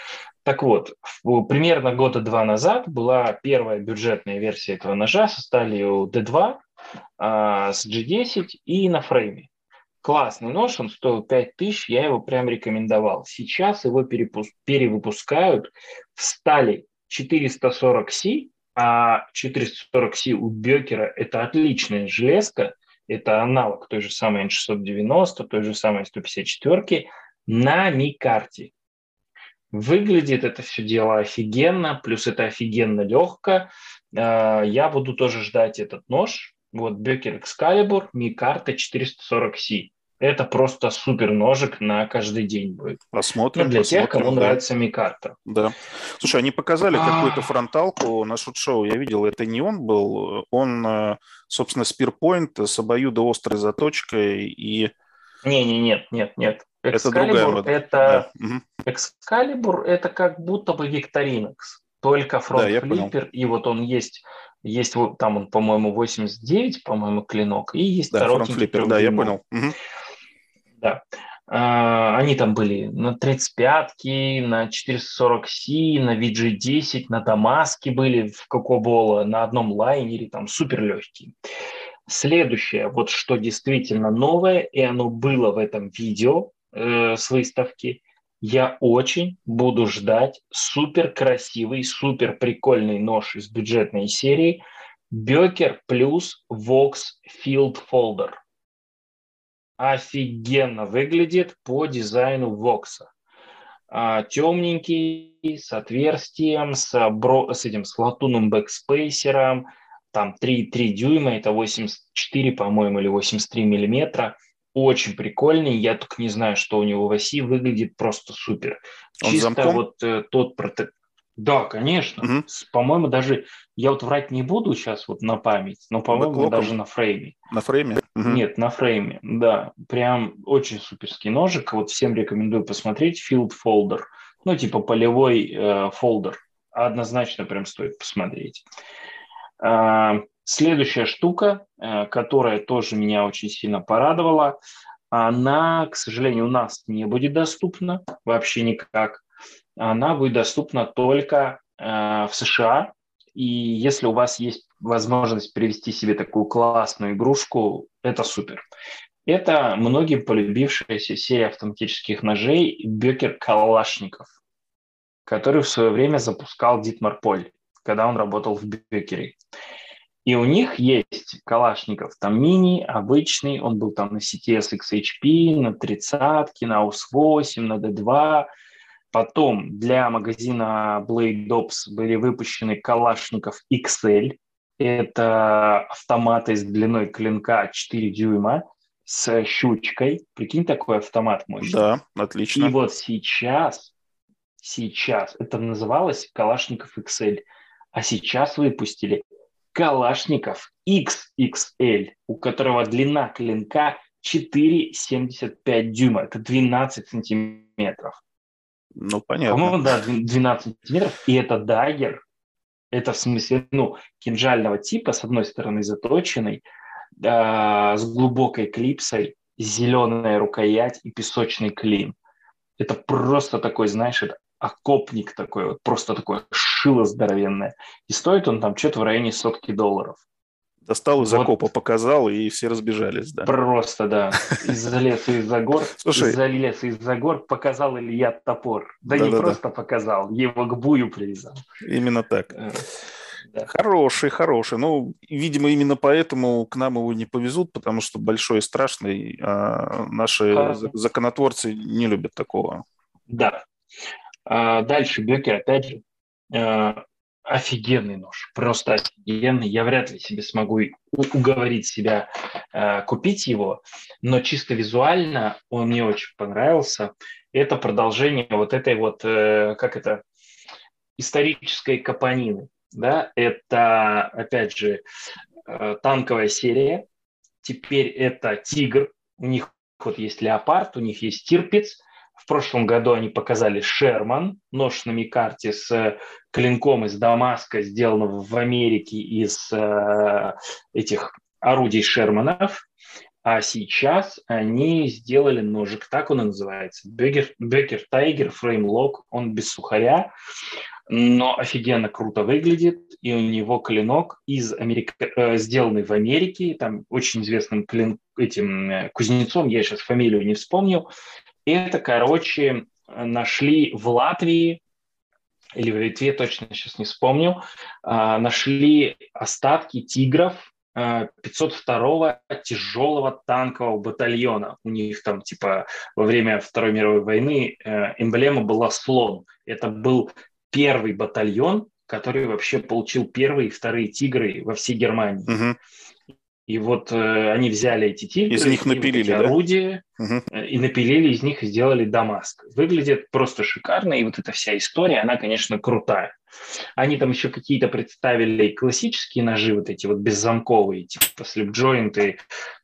Так вот, примерно года два назад была первая бюджетная версия этого ножа со сталью ди два, а, с джи десять и на фрейме. Классный нож, он стоил пять тысяч, я его прям рекомендовал. Сейчас его перепуск, перевыпускают в стали четыреста сорок си, а четыреста сорок си у Бекера это отличная железка, это аналог той же самой эн шестьсот девяносто, той же самой сто пятьдесят четыре на микарте. Выглядит это все дело офигенно, плюс это офигенно легко. Я буду тоже ждать этот нож. Вот Бекер Excalibur, микарта четыреста сорок си. Это просто супер ножик на каждый день будет.
Посмотрим.
Ну, для
посмотрим,
тех, кому
да.
нравится микарта.
Да. Слушай, они показали какую-то фронталку на шут-шоу. Я видел, это не он был. Он, собственно, спирпоинт с обоюдоострой заточкой и...
Не, не, нет, нет, нет.
Это другая модель.
Это, да. Excalibur это как будто бы Victorinox, только фронт-флиппер, да, и вот он есть, есть вот там он, по-моему, восемьдесят девять, по-моему, клинок, и есть
да,
коротенький
фронт-флиппер, да, я понял. Угу.
Да. А, они там были на тридцать пятке, на четыреста сорок си, на ви джи десять, на Дамаске были в Кокобола, на одном лайнере, там супер легкие. Следующее, вот что действительно новое, и оно было в этом видео э, с выставки, я очень буду ждать супер красивый, супер прикольный нож из бюджетной серии Бекер плюс Vox Field Folder. Офигенно выглядит по дизайну Vox. А, темненький, с отверстием, с, бро, с этим с латунным бэкспейсером, там три, три дюйма, это восемьдесят четыре, по-моему, или восемьдесят три миллиметра. Очень прикольный, я только не знаю, что у него в оси, выглядит просто супер.
Он
Чисто
замком?
вот э, тот протек... Да, конечно.
Угу.
По-моему, даже, я вот врать не буду сейчас вот на память, но, по-моему,
Бэклоком?
даже на фрейме.
На фрейме? Угу.
Нет, на фрейме, да. Прям очень суперский ножик. Вот всем рекомендую посмотреть. Field Folder. Ну, типа полевой э, фолдер. Однозначно прям стоит посмотреть. А, следующая штука, э, которая тоже меня очень сильно порадовала, она, к сожалению, у нас не будет доступна вообще никак. Она будет доступна только э, в США. И если у вас есть возможность привести себе такую классную игрушку, это супер. Это многим полюбившаяся серия автоматических ножей Бекер Калашников, который в свое время запускал Дитмар Поль, когда он работал в Бекере. И у них есть Калашников, там мини, обычный, он был там на си ти эс икс эйч пи, на тридцатке, на эй ю эс восемь, на ди два. Потом для магазина Blade Ops были выпущены Калашников икс эль. Это автоматы с длиной клинка четыре дюйма с щучкой. Прикинь, такой автомат мощный.
Да, отлично.
И вот сейчас, сейчас, это называлось Калашников икс эль, а сейчас выпустили Калашников икс икс эль, у которого длина клинка четыре семьдесят пять дюйма. Это двенадцать сантиметров.
Ну, понятно.
По-моему, да, двенадцать сантиметров. И это даггер. Это в смысле, ну, кинжального типа, с одной стороны заточенный, э, с глубокой клипсой, зеленая рукоять и песочный клин. Это просто такой, знаешь, это окопник такой, вот просто такое шило здоровенное. И стоит он там что-то в районе сотки долларов.
Достал из вот. окопа, показал, и все разбежались, да.
Просто, да. Из-за леса, из-за гор, Слушай, из-за леса, из-за гор показал Илья топор. Да, да не да, просто да. показал, его к бую привязал.
Именно так. Да. Хороший, хороший. Ну, видимо, именно поэтому к нам его не повезут, потому что большой и страшный, а наши а... законотворцы не любят такого.
Да. А дальше Бекер, опять же, офигенный нож, просто офигенный. Я вряд ли себе смогу уговорить себя э, купить его, но чисто визуально он мне очень понравился. Это продолжение вот этой вот, э, как это, исторической капонины. Да? Это, опять же, э, танковая серия. Теперь это тигр. У них вот есть леопард, у них есть тирпиц. В прошлом году они показали Шерман, нож на микарте с клинком из Дамаска, сделанного в Америке из э, этих орудий Шерманов. А сейчас они сделали ножик, так он и называется. Бекер, Бекер Тайгер Frame Lock, он без сухаря, но офигенно круто выглядит, и у него клинок из Америка, э, сделанный в Америке, там очень известным клин, этим э, кузнецом, я сейчас фамилию не вспомнил. Это, короче, нашли в Латвии, или в Литве, точно сейчас не вспомню, э, нашли остатки тигров пятьсот второго тяжелого танкового батальона. У них там, типа, во время Второй мировой войны э, эмблема была слон. Это был первый батальон, который вообще получил первые и вторые тигры во всей Германии.
Угу.
И вот э, они взяли эти тигры,
из них напилили,
и вот эти
да?
орудия,
угу.
э, и напилили из них и сделали Дамаск. Выглядит просто шикарно, и вот эта вся история, она, конечно, крутая. Они там еще какие-то представили классические ножи, вот эти вот беззамковые, типа слип-джойнты,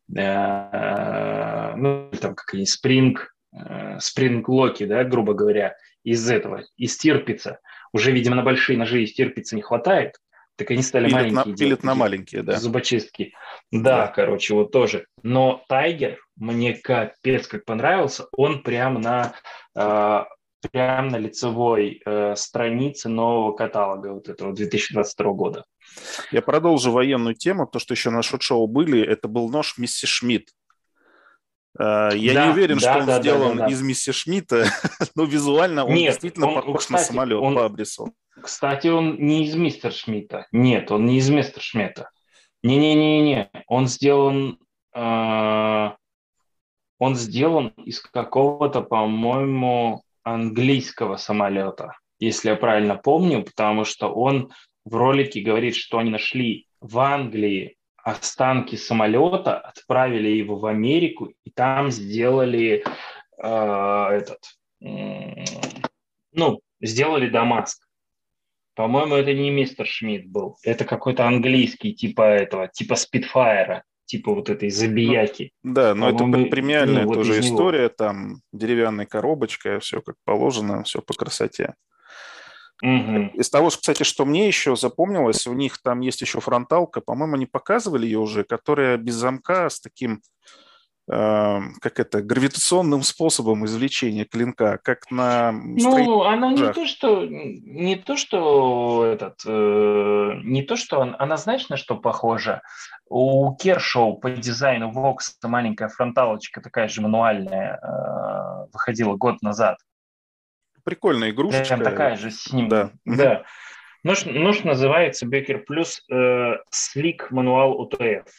э, ну, там как они, спринг, э, спринг-локи, да, грубо говоря, из этого, из тирпица. Уже, видимо, на большие ножи из тирпица не хватает, так они стали
Пилят
маленькие
на,
делать.
Пилят на маленькие, да.
Зубочистки. Да, да, короче, вот тоже. Но Тайгер мне капец как понравился. Он прям на... Э, прямо на лицевой э, странице нового каталога вот этого две тысячи двадцать второго года.
Я продолжу военную тему. То, что еще на шот-шоу были, это был нож Мисси Шмидт. Я да, не уверен, да, что он да, сделан да, да, да. из Мисси Шмидта, но визуально он Нет, действительно он, похож кстати, на самолет
он,
по абрису.
Кстати, он не из Мистер Шмидта. Нет, он не из Мистер Шмидта. Не-не-не-не. Он сделан... Э, он сделан из какого-то, по-моему, английского самолета, если я правильно помню, потому что он в ролике говорит, что они нашли в Англии останки самолета, отправили его в Америку, и там сделали э, этот, э, ну, сделали Дамаск. По-моему, это не мистер Шмидт был, это какой-то английский типа этого, типа Спитфайра. Типа вот этой забияки.
Ну, да, но это премиальная
ну,
тоже
вот
история,
него.
там деревянная коробочка, все как положено, все по красоте.
Угу.
Из того, кстати, что мне еще запомнилось, у них там есть еще фронталка, по-моему, они показывали ее уже, которая без замка с таким, э, как это, гравитационным способом извлечения клинка, как на
Ну, она не то, что не то, что этот, э, не то, что он, она, знаешь, на что похожа? У Кершоу по дизайну Вокс маленькая фронталочка, такая же мануальная, э, выходила год назад.
Прикольная игрушечка.
Прям такая же с ним.
Да.
Да. Нож, нож называется Бекер Плюс э, Slick Manual о тэ эф.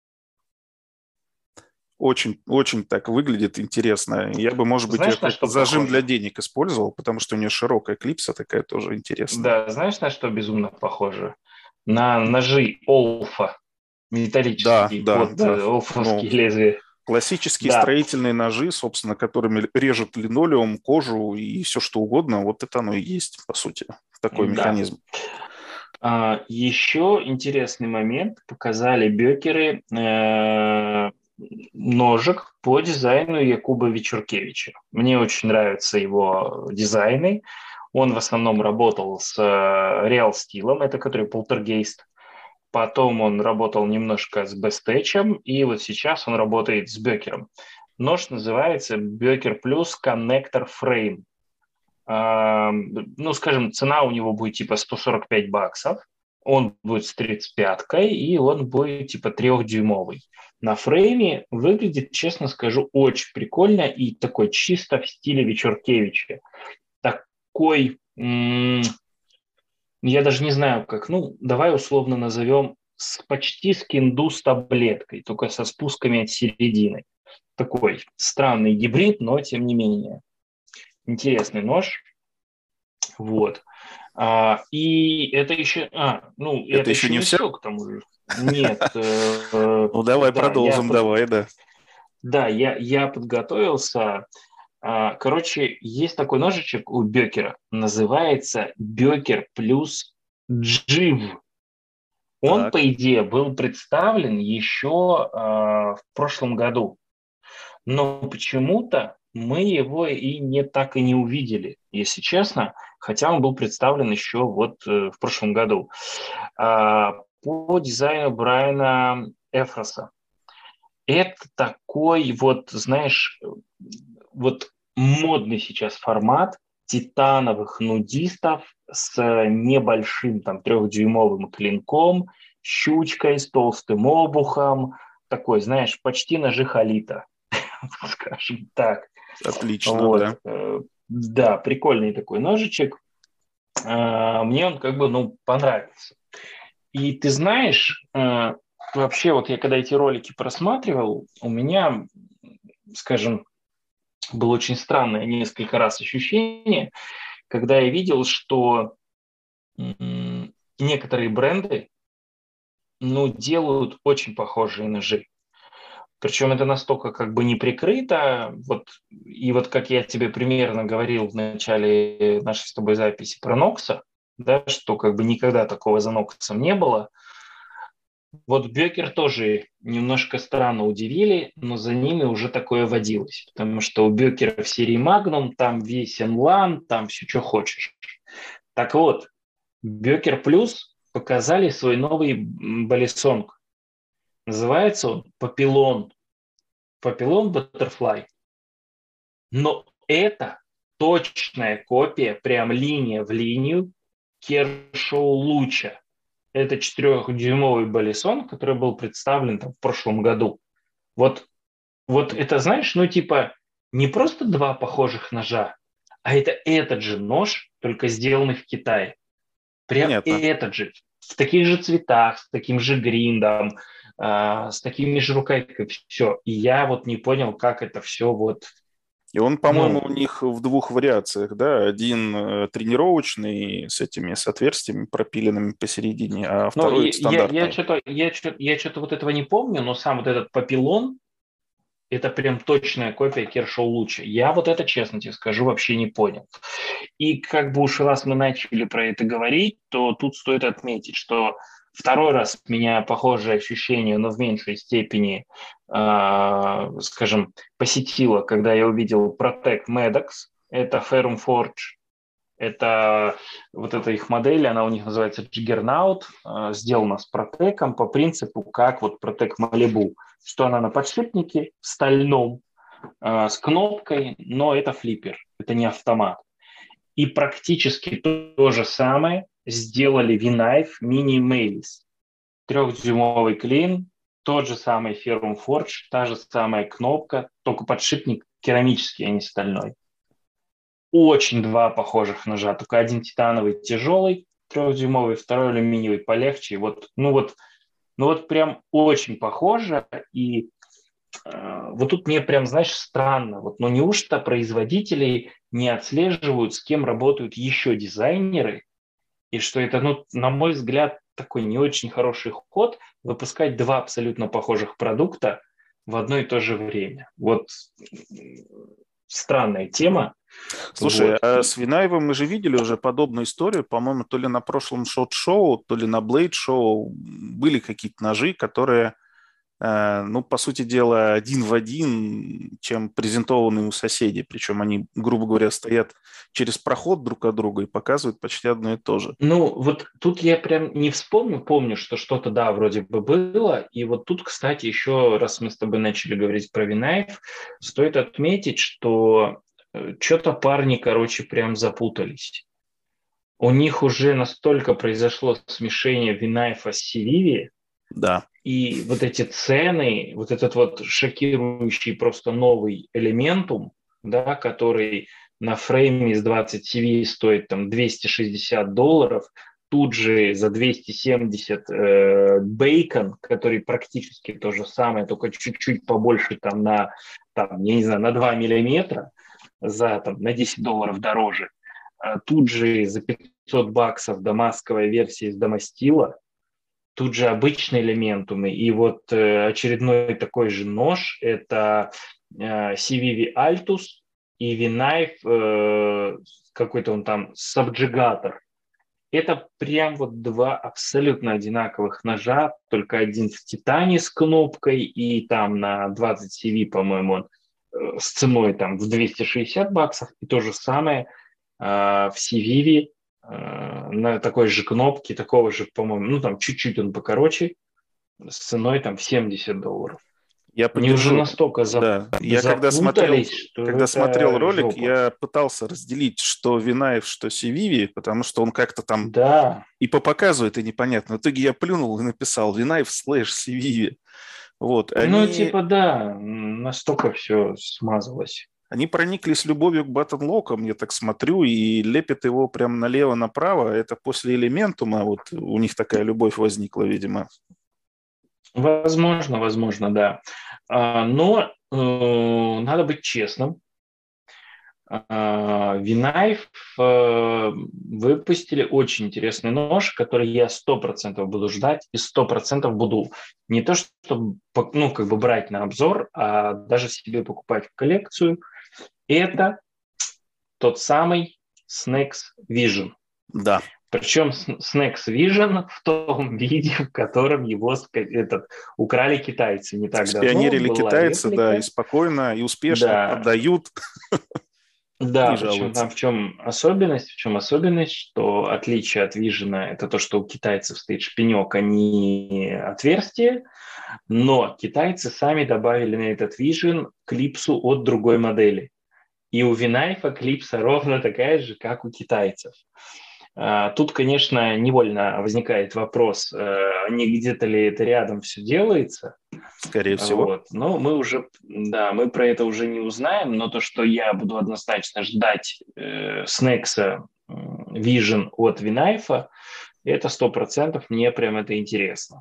Очень, очень так выглядит интересно. Я бы, может быть,
знаешь,
это
что
зажим
похоже?
для денег использовал, потому что у нее широкая клипса такая тоже интересная.
Да, знаешь, на что безумно похоже? На ножи Олфа металлические,
да,
под
да, да.
олфовские
ну,
лезвия.
Классические
да.
строительные ножи, собственно, которыми режут линолеум, кожу и все что угодно, вот это оно и есть, по сути, такой
да.
механизм.
А, еще интересный момент. Показали бекеры э, ножик по дизайну Якуба Вечуркевича. Мне очень нравятся его дизайны. Он в основном работал с Real Steel, это который полтергейст. Потом он работал немножко с Бестечем, и вот сейчас он работает с Бекером. Нож называется Бекер Плюс Connector Frame. А, ну, скажем, цена у него будет типа сто сорок пять баксов. Он будет с тридцать пяткой, и он будет типа трехдюймовый. На фрейме выглядит, честно скажу, очень прикольно и такой чисто в стиле Вечуркевича. Такой... М- я даже не знаю, как, ну, давай условно назовем с, почти скинду с таблеткой, только со спусками от середины. Такой странный гибрид, но тем не менее. Интересный нож. Вот. А, и это еще... А, ну,
это,
это
еще
еще
не
не
все?
все, к тому же. Нет.
Ну, давай продолжим, давай, да.
Да, я, я подготовился... Короче, есть такой ножичек у Бекера, называется Бекер плюс Джив. Он, так. по идее, был представлен еще э, в прошлом году, но почему-то мы его и не так и не увидели, если честно, хотя он был представлен еще вот э, в прошлом году э, по дизайну Брайана Эфроса. это такой вот, знаешь, вот модный сейчас формат титановых нудистов с небольшим там трехдюймовым клинком, щучкой, с толстым обухом, такой, знаешь, почти ножи Халита, скажем так.
Отлично,
Вот.
да.
Да, прикольный такой ножичек. Мне он как бы, ну, понравился. И ты знаешь, вообще вот я когда эти ролики просматривал, у меня, скажем, было очень странное несколько раз ощущение, когда я видел, что некоторые бренды, ну, делают очень похожие ножи. Причем это настолько как бы не прикрыто. Вот, и вот как я тебе примерно говорил в начале нашей с тобой записи про Нокса, да, что как бы никогда такого за Ноксом не было. Вот Бекер тоже немножко странно удивили, но за ними уже такое водилось, потому что у Бекера в серии Magnum там весь Энлан, там все, что хочешь. Так вот, Бекер Плюс показали свой новый балесонг. Называется он Папилон. Папилон Butterfly. Но это точная копия, прям линия в линию Кершоу Луча. Это четырехдюймовый балесон, который был представлен там в прошлом году. Вот, вот это, знаешь, ну типа не просто два похожих ножа, а это этот же нож, только сделанный в Китае. Прям
Понятно.
этот же, в таких же цветах, с таким же гриндом, э, с такими же рукоятками, все. И я вот не понял, как это все вот...
И он, по-моему,
Ну,
у них в двух вариациях, да, один э, тренировочный с этими, с отверстиями пропиленными посередине, а
ну
второй
я, я,
стандартный.
что-то, я, что-то, я что-то вот этого не помню, но сам вот этот папилон, это прям точная копия Кершоу Луча. Я вот это, честно тебе скажу, вообще не понял. И как бы уж раз мы начали про это говорить, то тут стоит отметить, что второй раз меня похожее ощущение, но в меньшей степени, э, скажем, посетило, когда я увидел Protec Medox, это Ferrum Forge, это вот эта их модель, она у них называется Juggernaut, э, сделана с Protec по принципу, как вот Protec Malibu, что она на подшипнике стальном, э, с кнопкой, но это флиппер, это не автомат. И практически то же самое сделали V-Knife Mini Mavis. Трехдюймовый клин, тот же самый Ferrum Forge, та же самая кнопка, только подшипник керамический, а не стальной. Очень два похожих ножа, только один титановый тяжелый, трехдюймовый, второй алюминиевый полегче. И вот, ну вот, ну вот прям очень похоже. И э, вот тут мне прям, знаешь, странно. Вот, ну неужто производители не отслеживают, с кем работают еще дизайнеры, и что это, ну, на мой взгляд, такой не очень хороший ход выпускать два абсолютно похожих продукта в одно и то же время. Вот странная тема.
Слушай,
Вот.
а с Винаевым мы же видели уже подобную историю, по-моему, то ли на прошлом шот-шоу, то ли на Блейд-шоу были какие-то ножи, которые, э, ну, по сути дела, один в один, чем презентованные у соседей. Причем они, грубо говоря, стоят через проход друг от друга и показывают почти одно и то же.
Ну, вот тут я прям не вспомню, помню, что что-то, да, вроде бы было. И вот тут, кстати, еще раз мы с тобой начали говорить про Винаев, стоит отметить, что что-то парни, короче, прям запутались. У них уже настолько произошло смешение Винаева с Севиви,
Да.
и вот эти цены, вот этот вот шокирующий просто новый элементум, да, который на фрейме из двадцать си ви стоит там двести шестьдесят долларов, тут же за двести семьдесят э, бейкон, который практически то же самое, только чуть-чуть побольше там на, там, я не знаю, на два миллиметра, за, там, на десять долларов дороже. А тут же за пятьсот баксов дамасковая версия из Домостила, тут же обычные элементумы. И вот э, очередной такой же нож – это э, си ви ви Altus и V-Knife, э, какой-то он там сабджигатор. Это прям вот два абсолютно одинаковых ножа, только один в титане с кнопкой и там на двадцать си ви, по-моему, он э, с ценой там в двести шестьдесят баксов. И то же самое э, в си ви ви на такой же кнопке, такого же, по-моему, ну там чуть-чуть он покороче, с ценой там в семьдесят долларов.
Я
Они уже
поддержу.
настолько зап...
Да, я когда смотрел,
что
когда
это
смотрел ролик,
жопа.
я пытался разделить, что Винаев, что Сививи, потому что он как-то там
Да.
и по показу это непонятно. В итоге я плюнул и написал Винаев слэш Сививи. Вот,
Ну,
они,
типа, да, настолько все смазалось.
они прониклись любовью к баттон-локам, я так смотрю, и лепят его прям налево-направо. Это после элементума, вот у них такая любовь возникла, видимо.
Возможно, возможно, да. А, Но э, надо быть честным. А, Винаев э, выпустили очень интересный нож, который я сто процентов буду ждать и сто процентов буду не то, чтобы ну, как бы брать на обзор, а даже себе покупать в коллекцию. Это тот самый Snacks Vision.
Да.
Причем Snacks Vision в том виде, в котором его этот, украли китайцы не так давно.
Спионерили
Была
китайцы,
реплика.
да, и спокойно, и успешно
Да.
продают.
Да,
Не
причем
жалуются.
там в чем особенность? В чем особенность, что отличие от Vision это то, что у китайцев стоит шпинек, а не отверстие, но китайцы сами добавили на этот Vision клипсу от другой модели. И у Винайфа клипса ровно такая же, как у китайцев. Тут, конечно, невольно возникает вопрос, не где-то ли это рядом все делается.
Скорее всего.
Вот. Но мы уже, да, мы про это уже не узнаем, но то, что я буду однозначно ждать э, Снекса э, Vision от Винайфа, это сто процентов, мне прям это интересно.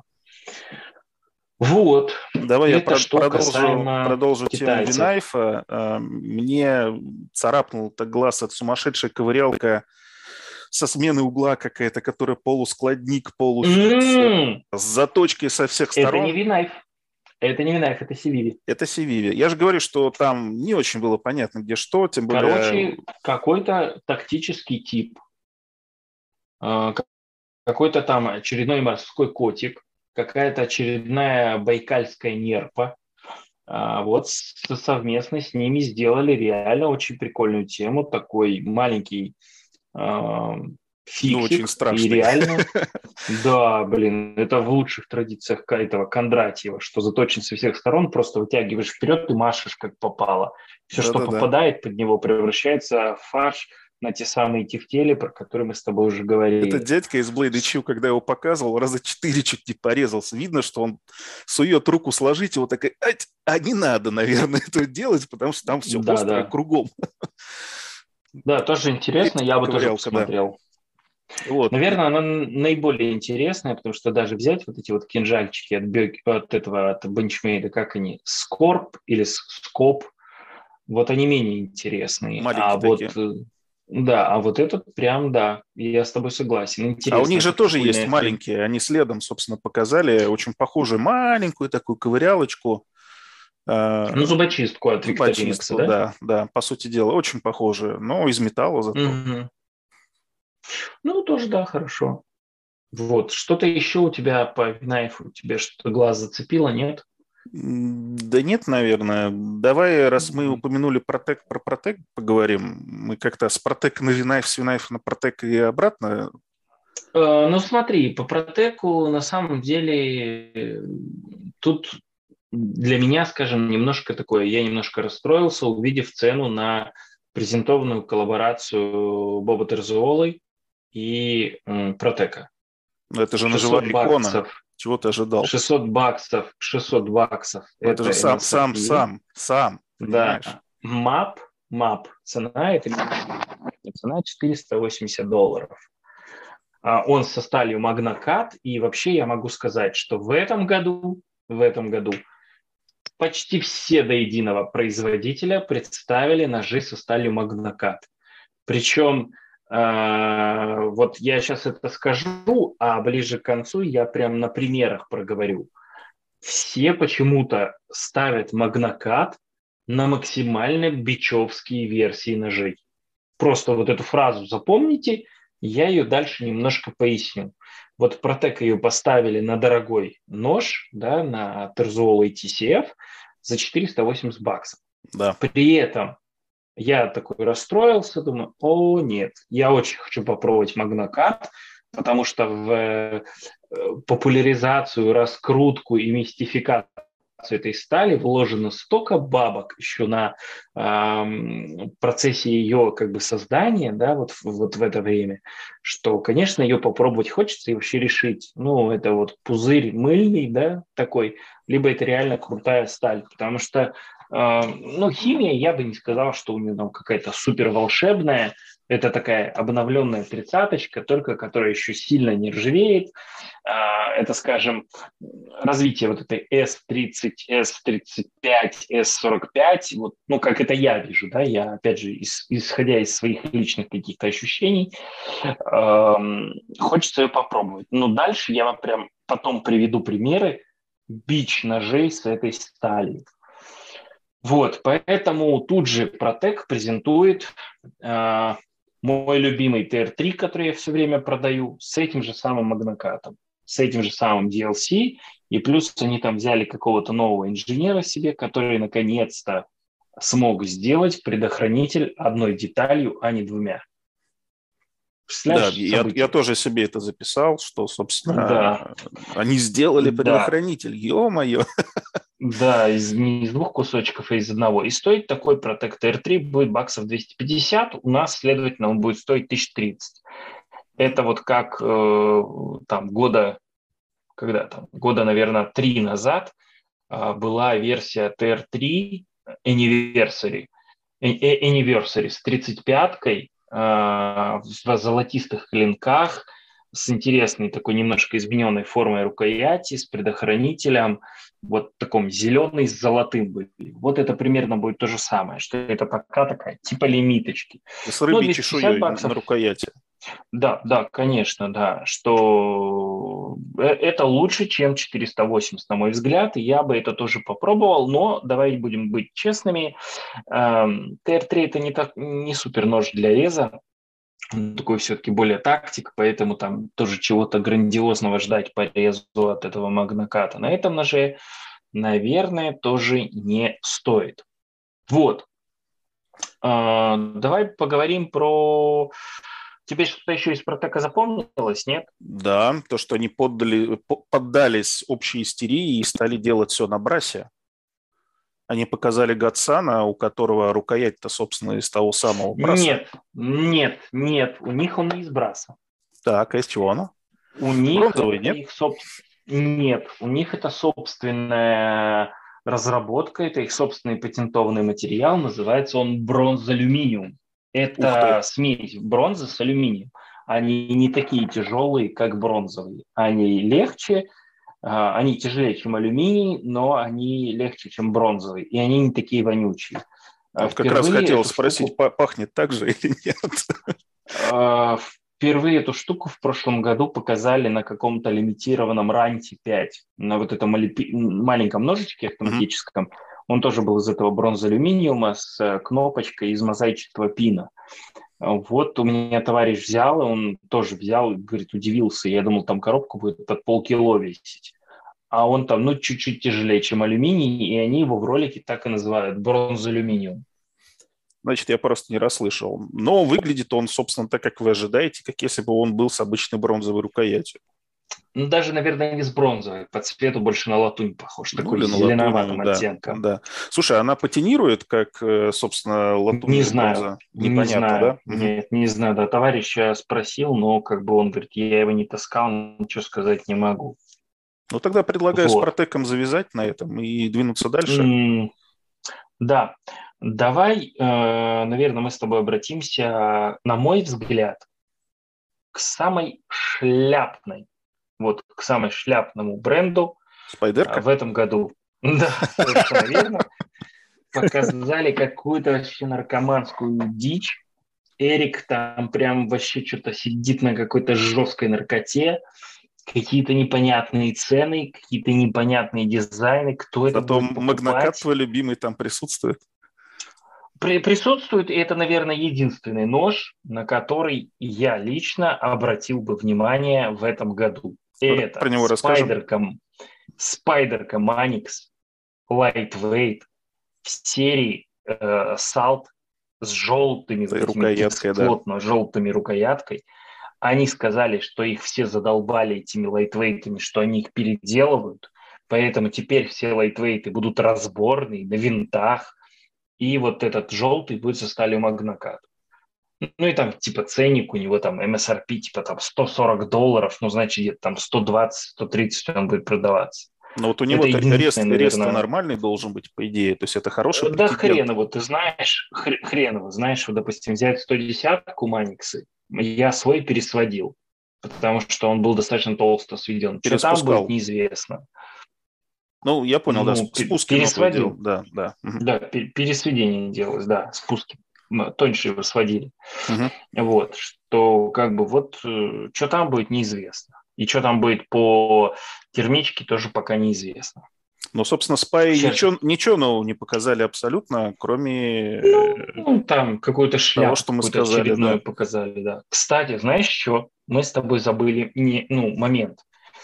Вот.
Давай
это
я
что
продолжу,
касаемо
продолжу тему
китайцев.
Винайфа. Мне царапнул так глаз от сумасшедшей ковырялка со смены угла какая-то, которая полускладник, полуфикс,
Mm-hmm.
с заточкой со всех сторон.
Это не Винайф. Это не Винайф, это Сививи.
Это Сививи. Я же говорю, что там не очень было понятно, где что, тем более...
Короче, какой-то тактический тип. Какой-то там очередной морской котик. Какая-то очередная байкальская нерпа. Вот совместно с ними сделали реально очень прикольную тему. Такой маленький фиксик.
Ну, очень страшный.
И реально, да, блин, это в лучших традициях этого Кондратьева, что заточен со всех сторон, просто вытягиваешь вперед и машешь как попало. Все, да, что да, попадает да. под него, превращается в фарш на те самые тефтели, про которые мы с тобой уже говорили.
Этот дядька из Blade Ичу, когда его показывал, раза четыре чуть не порезался. Видно, что он сует руку сложить, его такая, а не надо, наверное, это делать, потому что там все да, острое да. кругом.
Да, тоже интересно, я бы тоже посмотрел. Да. Вот. Наверное, она наиболее интересная, потому что даже взять вот эти вот кинжальчики от, Бёк, от этого, от Benchmade, как они, Скорб или Скоп, вот они менее интересные.
Маленькие
а
такие.
Вот, да, а вот этот прям, да, я с тобой согласен. Интересно,
а у них же тоже есть
фильм.
маленькие, они следом, собственно, показали очень похожую маленькую такую ковырялочку.
Ну, зубочистку от Victorinox, да?
Да, да, по сути дела, очень похожую, но из металла зато.
Угу. Ну, тоже, да, хорошо. Вот, что-то еще у тебя по Винайфу, тебе что-то глаз зацепило, нет?
Да нет, наверное. Давай, раз мы упомянули Протек, про Протек поговорим. Мы как-то с Протек на Винайф, с Винайфа на Протек и обратно.
Э, ну, смотри, по Протеку на самом деле тут для меня, скажем, немножко такое, я немножко расстроился, увидев цену на презентованную коллаборацию Боба Терзиолы и м, Протека.
Но это же наживая икона. Чего ты ожидал?
шестьсот баксов, шестьсот баксов.
Это, это же сам, сам, сам, сам.
Да. Мап, мап. Цена это цена четыреста восемьдесят долларов. Он со сталью Магнакат, и вообще я могу сказать, что в этом году, в этом году почти все до единого производителя представили ножи со сталью Магнакат. Причем э, вот я сейчас это скажу, а ближе к концу я прям на примерах проговорю. Все почему-то ставят Магнакат на максимально бичевские версии ножей. Просто вот эту фразу запомните, я ее дальше немножко поясню. Вот Протек ее поставили на дорогой нож, да, на Terzuola ти си эф за четыреста восемьдесят баксов.
Да.
При этом я такой расстроился, думаю, о нет, я очень хочу попробовать Магнакат, потому что в популяризацию, раскрутку и мистификацию этой стали вложено столько бабок еще на э, процессе ее как бы создания, да, вот, вот в это время, что, конечно, ее попробовать хочется и вообще решить, ну, это вот пузырь мыльный, да, такой, либо это реально крутая сталь, потому что, э, ну, химия, я бы не сказал, что у нее там какая-то супер волшебная, это такая обновленная тридцаточка, только которая еще сильно не ржавеет. Это, скажем, развитие вот этой эс тридцать, эс тридцать пять, эс сорок пять, вот, ну, как это я вижу, да, я, опять же, ис, исходя из своих личных каких-то ощущений, эм, хочется ее попробовать. Но дальше я вам прям потом приведу примеры бич-ножей с этой стали. Вот, поэтому тут же Протек презентует э, мой любимый ти эр три, который я все время продаю, с этим же самым магнокатом, с этим же самым ди эл си, и плюс они там взяли какого-то нового инженера себе, который наконец-то смог сделать предохранитель одной деталью, а не двумя.
Да, я, я тоже себе это записал, что, собственно,
да.
они сделали предохранитель, да. Ё-моё.
Да, из, не из двух кусочков, а из одного. И стоит такой Protect ти эр три будет баксов двести пятьдесят, у нас, следовательно, он будет стоить тысяча тридцать. Это вот как э, там года, когда там, года, наверное, три назад э, была версия ти эр три Anniversary, Anniversary с тридцать пяткой э, в золотистых клинках, с интересной такой немножко измененной формой рукояти, с предохранителем, вот таком зеленый с золотым были. Вот это примерно будет то же самое, что это пока такая типа лимиточки.
С рыбьей чешуей на рукояти.
Да, да, конечно, да, что это лучше, чем четыреста восемьдесят, на мой взгляд, и я бы это тоже попробовал, но давайте будем быть честными, ти эр три это не, так, не супер нож для реза, такой все-таки более тактик, поэтому там тоже чего-то грандиозного ждать по резу от этого магноката на этом ноже, наверное, тоже не стоит. Вот. Давай поговорим про... Тебе что-то еще из Протека запомнилось, нет?
Да, то, что они поддали, поддались общей истерии и стали делать все на брасе. Они показали Гатсана, у которого рукоять-то, собственно, из того самого браса.
Нет, нет, нет, у них он не из браса.
Так, а из чего оно?
У них Бронзовый, нет? Их соб... Нет, у них это собственная разработка, это их собственный патентованный материал, называется он бронзалюминиум. Это смесь бронзы с алюминием. Они не такие тяжелые, как бронзовые. Они легче, они тяжелее, чем алюминий, но они легче, чем бронзовый. И они не такие вонючие.
Вот как раз хотел спросить, штуку... пахнет так же или нет?
Впервые эту штуку в прошлом году показали на каком-то лимитированном ранте пять. На вот этом маленьком ножичке автоматическом. Mm-hmm. Он тоже был из этого бронзалюминиума с кнопочкой из мозаичного пина. Вот у меня товарищ взял, он тоже взял, говорит, удивился. Я думал, там коробка будет под полкило весить. А он там, ну, чуть-чуть тяжелее, чем алюминий, и они его в ролике так и называют – бронзалюминиум.
Значит, я просто не расслышал. Но выглядит он, собственно, так, как вы ожидаете, как если бы он был с обычной бронзовой рукоятью.
Ну, даже, наверное, не с бронзовой. По цвету больше на латунь похож. Ну, такой зеленоватым
да,
оттенком.
Да. Слушай, она патинирует, как, собственно, латунь
не
или
знаю,
бронза?
Непонятно, не знаю. Да? Нет, не знаю. Да, товарища спросил, но как бы он говорит, я его не таскал, ничего сказать не могу.
Ну, тогда предлагаю вот. с Протеком завязать на этом и двинуться дальше.
Mm, да. Давай, наверное, мы с тобой обратимся, на мой взгляд, к самой шляпной, вот к самой шляпному бренду
Спайдерка?
в этом году. Да, совершенно верно. Показали какую-то вообще наркоманскую дичь. Эрик там прям вообще что-то сидит на какой-то жесткой наркоте. Какие-то непонятные цены, какие-то непонятные дизайны. Кто это будет покупать?
Магнокат твой любимый там присутствует?
При, присутствует, и это, наверное, единственный нож, на который я лично обратил бы внимание в этом году. И это
про него
Спайдерка, Спайдерка Маникс Lightweight в серии э, Salt с желтыми
рукояткой,
да. плотно желтыми рукояткой. Они сказали, что их все задолбали этими лайтвейтами, что они их переделывают. Поэтому теперь все лайтвейты будут разборные, на винтах, и вот этот желтый будет со сталью магнокат. Ну и там типа ценник у него там эм эс ар пи типа там сто сорок долларов, ну значит где-то там сто двадцать сто тридцать он будет продаваться.
Но вот у
Это
него-то рест,
единственное,
рест
наверное.
нормальный должен быть, по идее. То есть это хороший
Да
претендент.
хреново, ты знаешь, хр- хреново, знаешь, вот, допустим, взять сто десятку Маниксы, я свой пересводил, потому что он был достаточно толсто сведен. Что там будет,
Переспускал.
неизвестно.
Ну, я понял, да,
Ну, пе-
спуски новые делал.
пересводил.
Да, да. Мгм.
Да, пе- пересведение делалось, да, спуски. М, Тоньше его сводили.
Мгм.
Вот, что как бы вот, что там будет, неизвестно. И что там будет по термичке, тоже пока неизвестно.
Ну, собственно, спаи
Сейчас же,
ничего, ничего нового не показали абсолютно, кроме э,
ну, там какую-то
того,
шляпу
что мы
какую-то
сказали, да.
очередную показали, да. Кстати, знаешь что? Мы с тобой забыли не, ну, момент.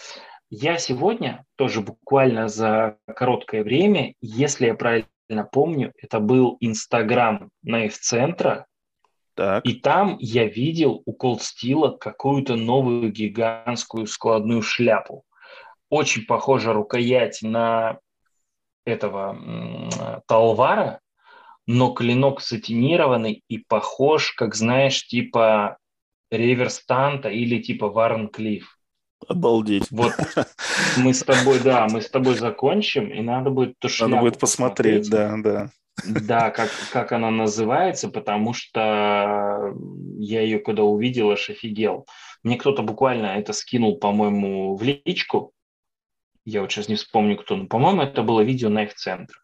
Я сегодня тоже буквально за короткое время, если я правильно помню, это был Инстаграм Найф-центра,
Так.
и там я видел у Колдстила какую-то новую гигантскую складную шляпу. Очень похожа рукоять на этого м, Талвара, но клинок сатинированный и похож, как знаешь, типа Реверстанта или типа Варнклифф.
Обалдеть.
Вот мы с тобой, да, мы с тобой закончим, и надо будет эту
Надо будет
шляпу
посмотреть,
посмотреть.
да, да.
Да, как, как она называется, потому что я ее когда увидел, аж офигел. Мне кто-то буквально это скинул, по-моему, в личку. Я вот сейчас не вспомню, кто. Но, по-моему, это было видео Найф-центра.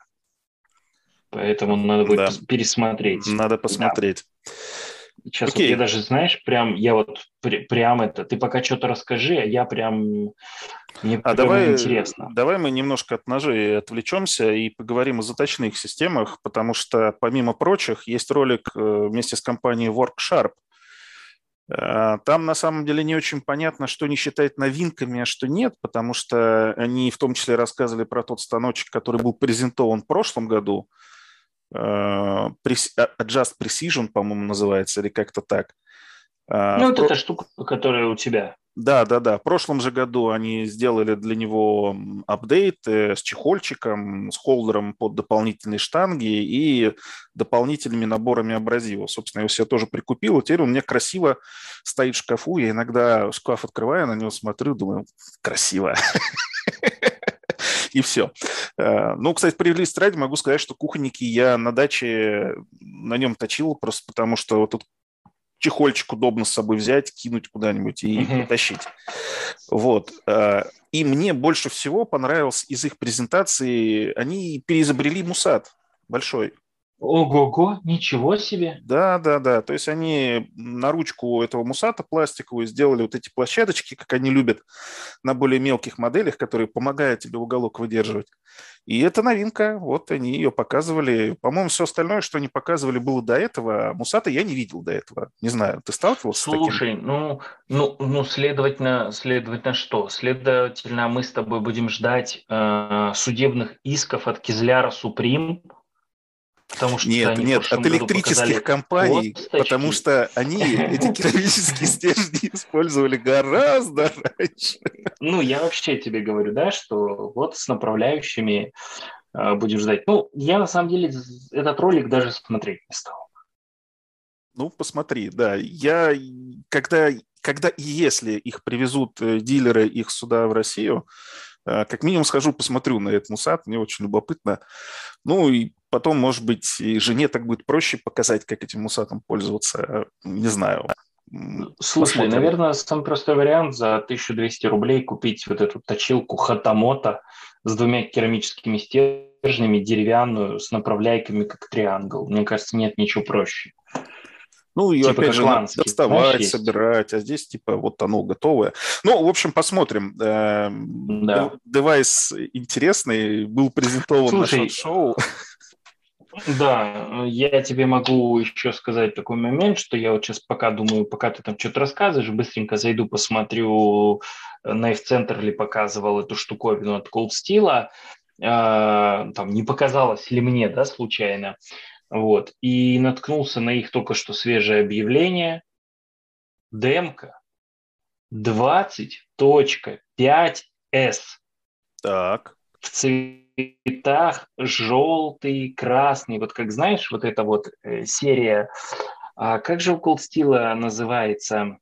Поэтому надо будет
Да,
пос- пересмотреть.
надо
Да.
посмотреть.
Сейчас вот я
Окей.
даже, знаешь, прям, я вот пр- прям это, ты пока что-то расскажи, а я прям, мне
А
прям
давай,
интересно.
давай мы немножко от ножей отвлечемся и поговорим о заточных системах, потому что, помимо прочих, есть ролик э, вместе с компанией WorkSharp. Э, Там на самом деле не очень понятно, что они считают новинками, а что нет, потому что они в том числе рассказывали про тот станочек, который был презентован в прошлом году. Э, Preci- Adjust Precision, по-моему, называется, или как-то так. А,
Ну,
в
вот
про-
эта штука, которая у тебя.
Да, да, да. В прошлом же году они сделали для него м, апдейт э, с чехольчиком, с холдером под дополнительные штанги и дополнительными наборами абразива. Собственно, я его себе тоже прикупил. И теперь он у меня красиво стоит в шкафу. Я иногда шкаф открываю, на него смотрю, думаю, красиво. И все. Ну, кстати, справедливости ради могу сказать, что кухонники я на даче на нем точил, просто потому что вот тут чехольчик удобно с собой взять, кинуть куда-нибудь и
Мгм.
потащить. Вот. э, И мне больше всего понравилось из их презентации, они переизобрели мусат большой.
Ого-го, ничего себе.
Да, да, да. То есть они на ручку этого мусата пластиковую сделали вот эти площадочки, как они любят на более мелких моделях, которые помогают тебе уголок выдерживать. И это новинка. Вот они ее показывали. По-моему, все остальное, что они показывали, было до этого. А мусата я не видел до этого. Не знаю, ты сталкивался с таким?
Слушай, ну, ну, ну, следовательно, следовательно что? Следовательно, мы с тобой будем ждать э, судебных исков от Кизляра Суприм, потому что
Нет,
они в
нет, от
прошлом году
электрических
показали
компаний, потому
косточки.
что они эти керамические стержни использовали гораздо раньше.
Ну, я вообще тебе говорю, да, что вот с направляющими э, будем ждать. Ну, я на самом деле этот ролик даже смотреть не стал.
Ну, посмотри, да. Я, когда, когда и если их привезут э, дилеры их сюда в Россию, э, как минимум схожу, посмотрю на этот мусат, мне очень любопытно. Ну, и потом, может быть, и жене так будет проще показать, как этим мусатом пользоваться. Не знаю. М,
Слушай,
Посмотрим.
наверное, самый простой вариант за тысячу двести рублей купить вот эту точилку Хатамото с двумя керамическими стержнями, деревянную, с направляйками, как триангл. Мне кажется, нет ничего проще.
Ну, ее,
Типа
опять
как
же, надо
ланские, знаешь,
доставать,
есть.
собирать, а здесь, типа, вот оно готовое. Ну, в общем, посмотрим. Эм, дев-
Да.
Девайс интересный, был презентован на
Слушай,
шот-шоу.
да, я тебе могу еще сказать такой момент, что я вот сейчас пока думаю, пока ты там что-то рассказываешь, быстренько зайду, посмотрю, Knife Center ли показывал эту штуковину от Cold Steel, там не показалось ли мне, да, случайно, вот, и наткнулся на их только что свежее объявление, демка двадцать точка пять эс.
Так.
в цветах желтый, красный. Вот как знаешь, вот эта вот э, серия, а, как же у Cold Steel называется?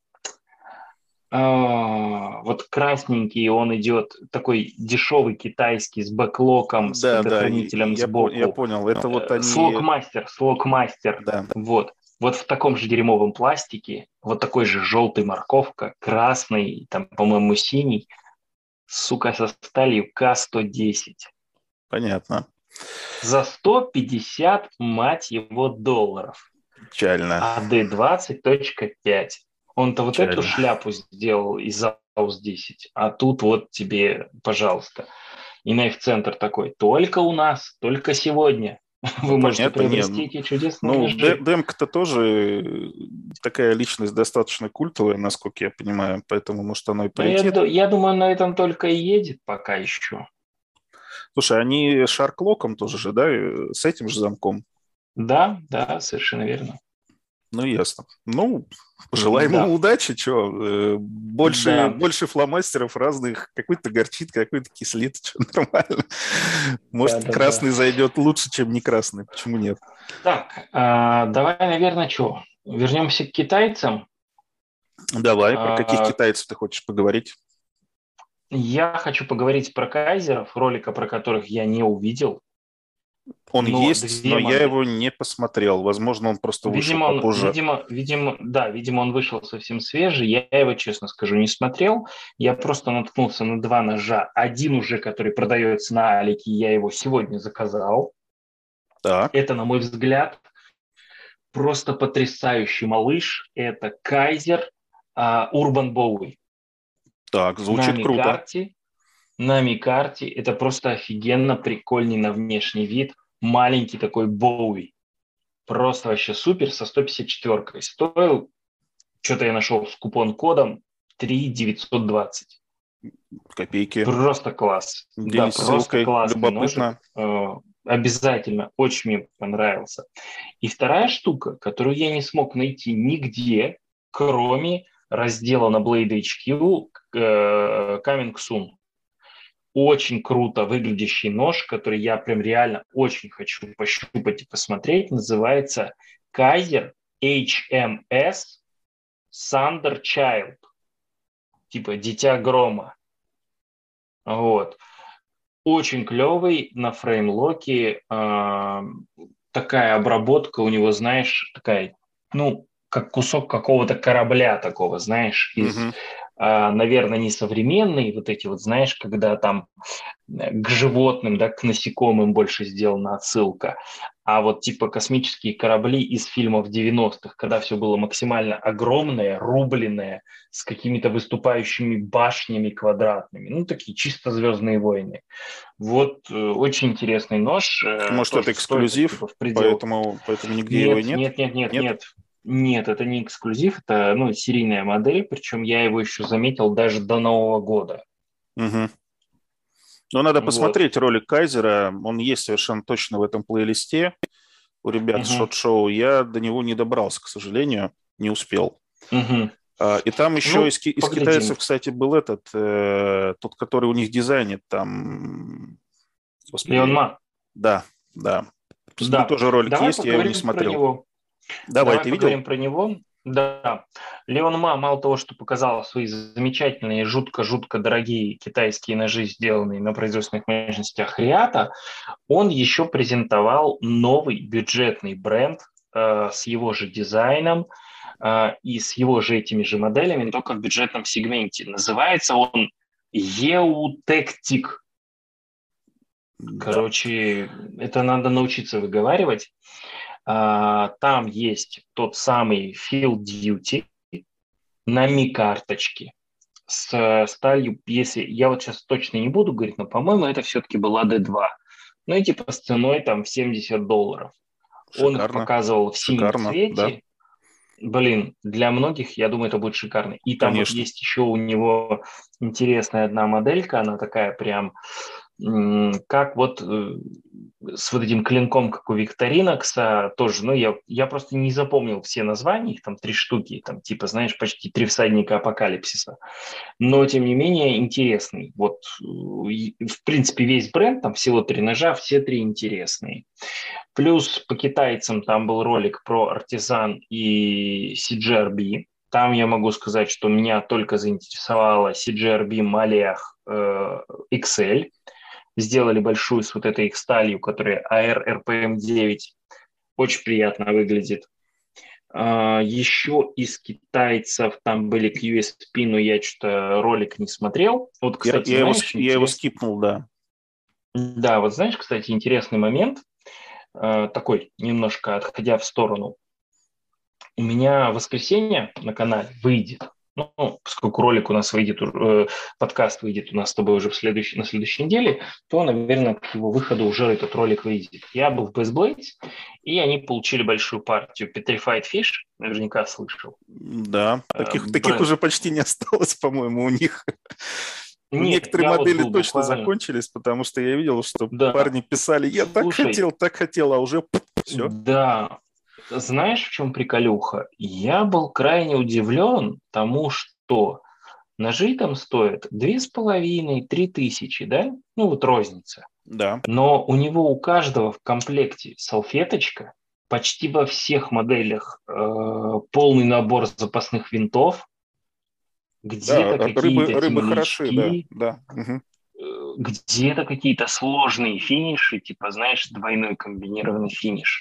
А, вот красненький, он идет такой дешевый китайский с бэклоком, с
Да, да, и-
предохранителем
я, по- я
сбоку.
понял. Это вот
Э,
они...
Слокмастер, слокмастер.
Да,
Вот. Вот в таком же дерьмовом пластике, вот такой же желтый морковка, красный, там, по-моему, синий, сука, со сталью К сто десять.
понятно.
За сто пятьдесят, мать его, долларов.
Печально.
А Д двадцать точка пять. Он-то вот эту
Печально.
шляпу сделал из аус десять, а тут вот тебе, пожалуйста. И Найф-центр такой, только у нас, только сегодня
Ну,
вы можете
понятно, не.
приобрести эти чудесные
Ну, Дэ-
ножи.
Демка-то тоже э, такая личность достаточно культовая, насколько я понимаю, поэтому, может, оно и
Но я,
полетит.
ду- я думаю, на этом только и едет пока еще.
Слушай, они шарклоком тоже же, да, э, с этим же замком?
Да, да, совершенно верно.
Ну, ясно. Ну, пожелаем ему
Да,
удачи, что больше,
да,
больше фломастеров разных, какой-то горчит, какой-то кислит, что нормально.
да,
Может,
да, да.
красный зайдет лучше, чем не красный, почему нет?
Так, а, давай, наверное, что? Вернемся к китайцам.
Давай, про каких
А,
китайцев ты хочешь поговорить?
я хочу поговорить про кайзеров, ролика про которых я не увидел.
Он
Но
есть, но
две
я
модели.
его не посмотрел. Возможно, он просто вышел
Видимо, он,
попозже.
видимо, видимо, да, видимо, он вышел совсем свежий. Я его, честно скажу, не смотрел. Я просто наткнулся на два ножа. Один уже, который продается на Алике, я его сегодня заказал.
Так,
Это, на мой взгляд, просто потрясающий малыш. Это Кайзер Урбан Боуи.
так,
На
звучит круто.
микарте. На микарте. Это просто офигенно прикольный на внешний вид. Маленький такой Боуи. Просто вообще супер, со сто пятьдесят четыре. Стоил, что-то я нашел с купон-кодом три девятьсот двадцать.
Копейки.
Просто класс. Да,
Делись
просто
ссылкой.
классный ножик.
Любопытно.
Э, Обязательно, очень мне понравился. И вторая штука, которую я не смог найти нигде, кроме раздела на Blade эйч кью э, Coming Soon. Очень круто выглядящий нож, который я прям реально очень хочу пощупать и посмотреть. Называется Kaiser эйч эм эс Thunder Child. Типа Дитя Грома. Вот. Очень клевый на фреймлоке. Э, такая обработка у него, знаешь, такая, ну, как кусок какого-то корабля такого, знаешь, из,
Мгм.
э, наверное, не современный, вот эти вот, знаешь, когда там к животным, да, к насекомым больше сделана отсылка, а вот типа космические корабли из фильмов девяностых, когда все было максимально огромное, рубленное, с какими-то выступающими башнями квадратными, ну, такие чисто «Звездные войны». Вот э, очень интересный нож, э,
Может, это
тоже стоит
эксклюзив,
типа в пределах.
поэтому, поэтому нигде его и
Нет,
нет?
нет, нет, нет,
Нет?
нет. Нет, это не эксклюзив, это, ну, серийная модель, причем я его еще заметил даже до Нового года.
Мгм. Ну, надо
Вот.
посмотреть ролик Кайзера. Он есть совершенно точно в этом плейлисте у ребят с
Мгм.
шот-шоу. Я до него не добрался, к сожалению, не успел.
Мгм.
А, И там еще
Ну,
из, ки- из
поглядим.
китайцев, кстати, был этот, э, тот, который у них дизайнит, там,
Леон
господи,
Ма.
да, да. С ним
Да,
тоже ролик
давай
есть, я его не
поговорим про
смотрел.
него.
Давай,
Давай
ты видел?
поговорим про него. Да, Леон Ма мало того, что показал свои замечательные, жутко-жутко дорогие китайские ножи, сделанные на производственных мощностях Риата, он еще презентовал новый бюджетный бренд э, с его же дизайном э, и с его же этими же моделями, но только в бюджетном сегменте. Называется он Eutectic.
Да.
Короче, это надо научиться выговаривать. А, там есть тот самый Field Duty на ми-карточке с сталью, если я вот сейчас точно не буду говорить, но, по-моему, это все-таки была ди два. Ну и типа с ценой там в семьдесят долларов. Он их
Шикарно,
показывал в синем
шикарно, да,
цвете. Блин, для многих, я думаю, это будет шикарно. И там вот
конечно.
есть еще у него интересная одна моделька, она такая прям как вот с вот этим клинком, как у Викторинокса, тоже, ну, я, я просто не запомнил все названия, их там три штуки, там, типа, знаешь, почти три всадника апокалипсиса. Но, тем не менее, интересный. Вот, в принципе, весь бренд, там всего три ножа, все три интересные. Плюс по китайцам там был ролик про Артизан и си джи ар би. Там я могу сказать, что меня только заинтересовала си джи ар би Malleach э, икс эль. Сделали большую с вот этой их сталью, которая эй ар эр пи эм девять. Очень приятно выглядит. А, еще из китайцев там были кью эс пи, но я что-то ролик не смотрел. Вот, кстати,
я, я,
знаешь,
его, я его скипнул, да.
Да, вот знаешь, кстати, интересный момент, э, такой, немножко отходя в сторону. У меня в воскресенье на канале выйдет, ну, поскольку ролик у нас выйдет, э, подкаст выйдет у нас с тобой уже в следующей, на следующей неделе, то, наверное, к его выходу уже этот ролик выйдет. Я был в Best Blades, и они получили большую партию Petrified Fish, наверняка слышал.
Да, таких, э, таких уже почти не осталось, по-моему, у них. Ну,
Нет,
некоторые модели
вот
точно
буквально...
закончились, потому что я видел, что
да.
парни писали, я
Слушай,
так хотел, так хотел, а уже все.
Да, знаешь, в чем приколюха? Я был крайне удивлен тому, что ножи там стоят две с половиной, три тысячи, да? Ну вот розница.
Да.
Но у него у каждого в комплекте салфеточка, почти во всех моделях э, полный набор запасных винтов, где-то
да,
какие-то
рыбы, рыбы
темлячки,
хороши, да. да. Угу.
где-то какие-то сложные финиши, типа, знаешь, двойной комбинированный финиш,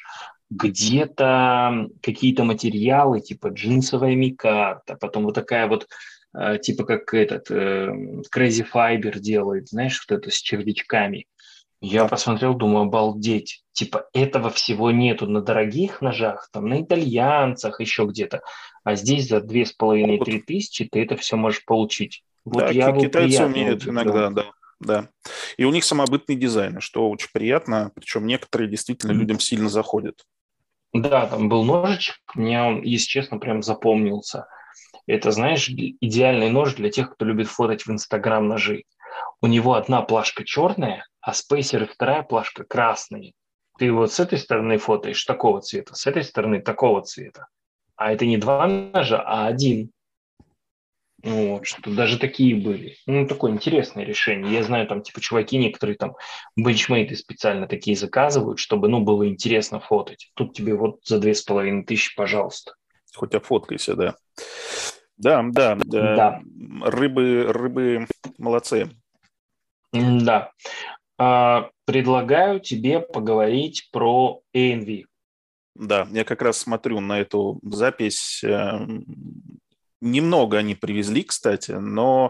где-то какие-то материалы, типа джинсовая микарта, потом вот такая вот, э, типа как этот э, Crazy Fiber делает, знаешь, вот это с червячками. Я
Да.
посмотрел, думаю, обалдеть. Типа этого всего нету на дорогих ножах, там на итальянцах, еще где-то. А здесь за две с половиной три тысячи ты это все можешь получить. Вот
да,
я был
китайцы
приятно
умеют
удивлен.
иногда, да. Да. И у них самобытный дизайн, что очень приятно, причем некоторые действительно людям сильно заходят.
Да, там был ножичек, мне он, если честно, прям запомнился. Это, знаешь, идеальный нож для тех, кто любит фотать в Инстаграм ножи. У него одна плашка черная, а спейсер и вторая плашка красные. Ты вот с этой стороны фотаешь такого цвета, с этой стороны такого цвета. А это не два ножа, а один. Вот, что даже такие были. Ну, такое интересное решение. Я знаю, там, типа, чуваки некоторые там бенчмейты специально такие заказывают, чтобы, ну, было интересно фотать. Тут тебе вот за две с половиной тысячи, пожалуйста.
Хоть офоткайся, да. Да, да, да.
Да.
Рыбы, рыбы молодцы.
Да. А, предлагаю тебе поговорить про эй эн ви.
Да, я как раз смотрю на эту запись. Немного они привезли, кстати, но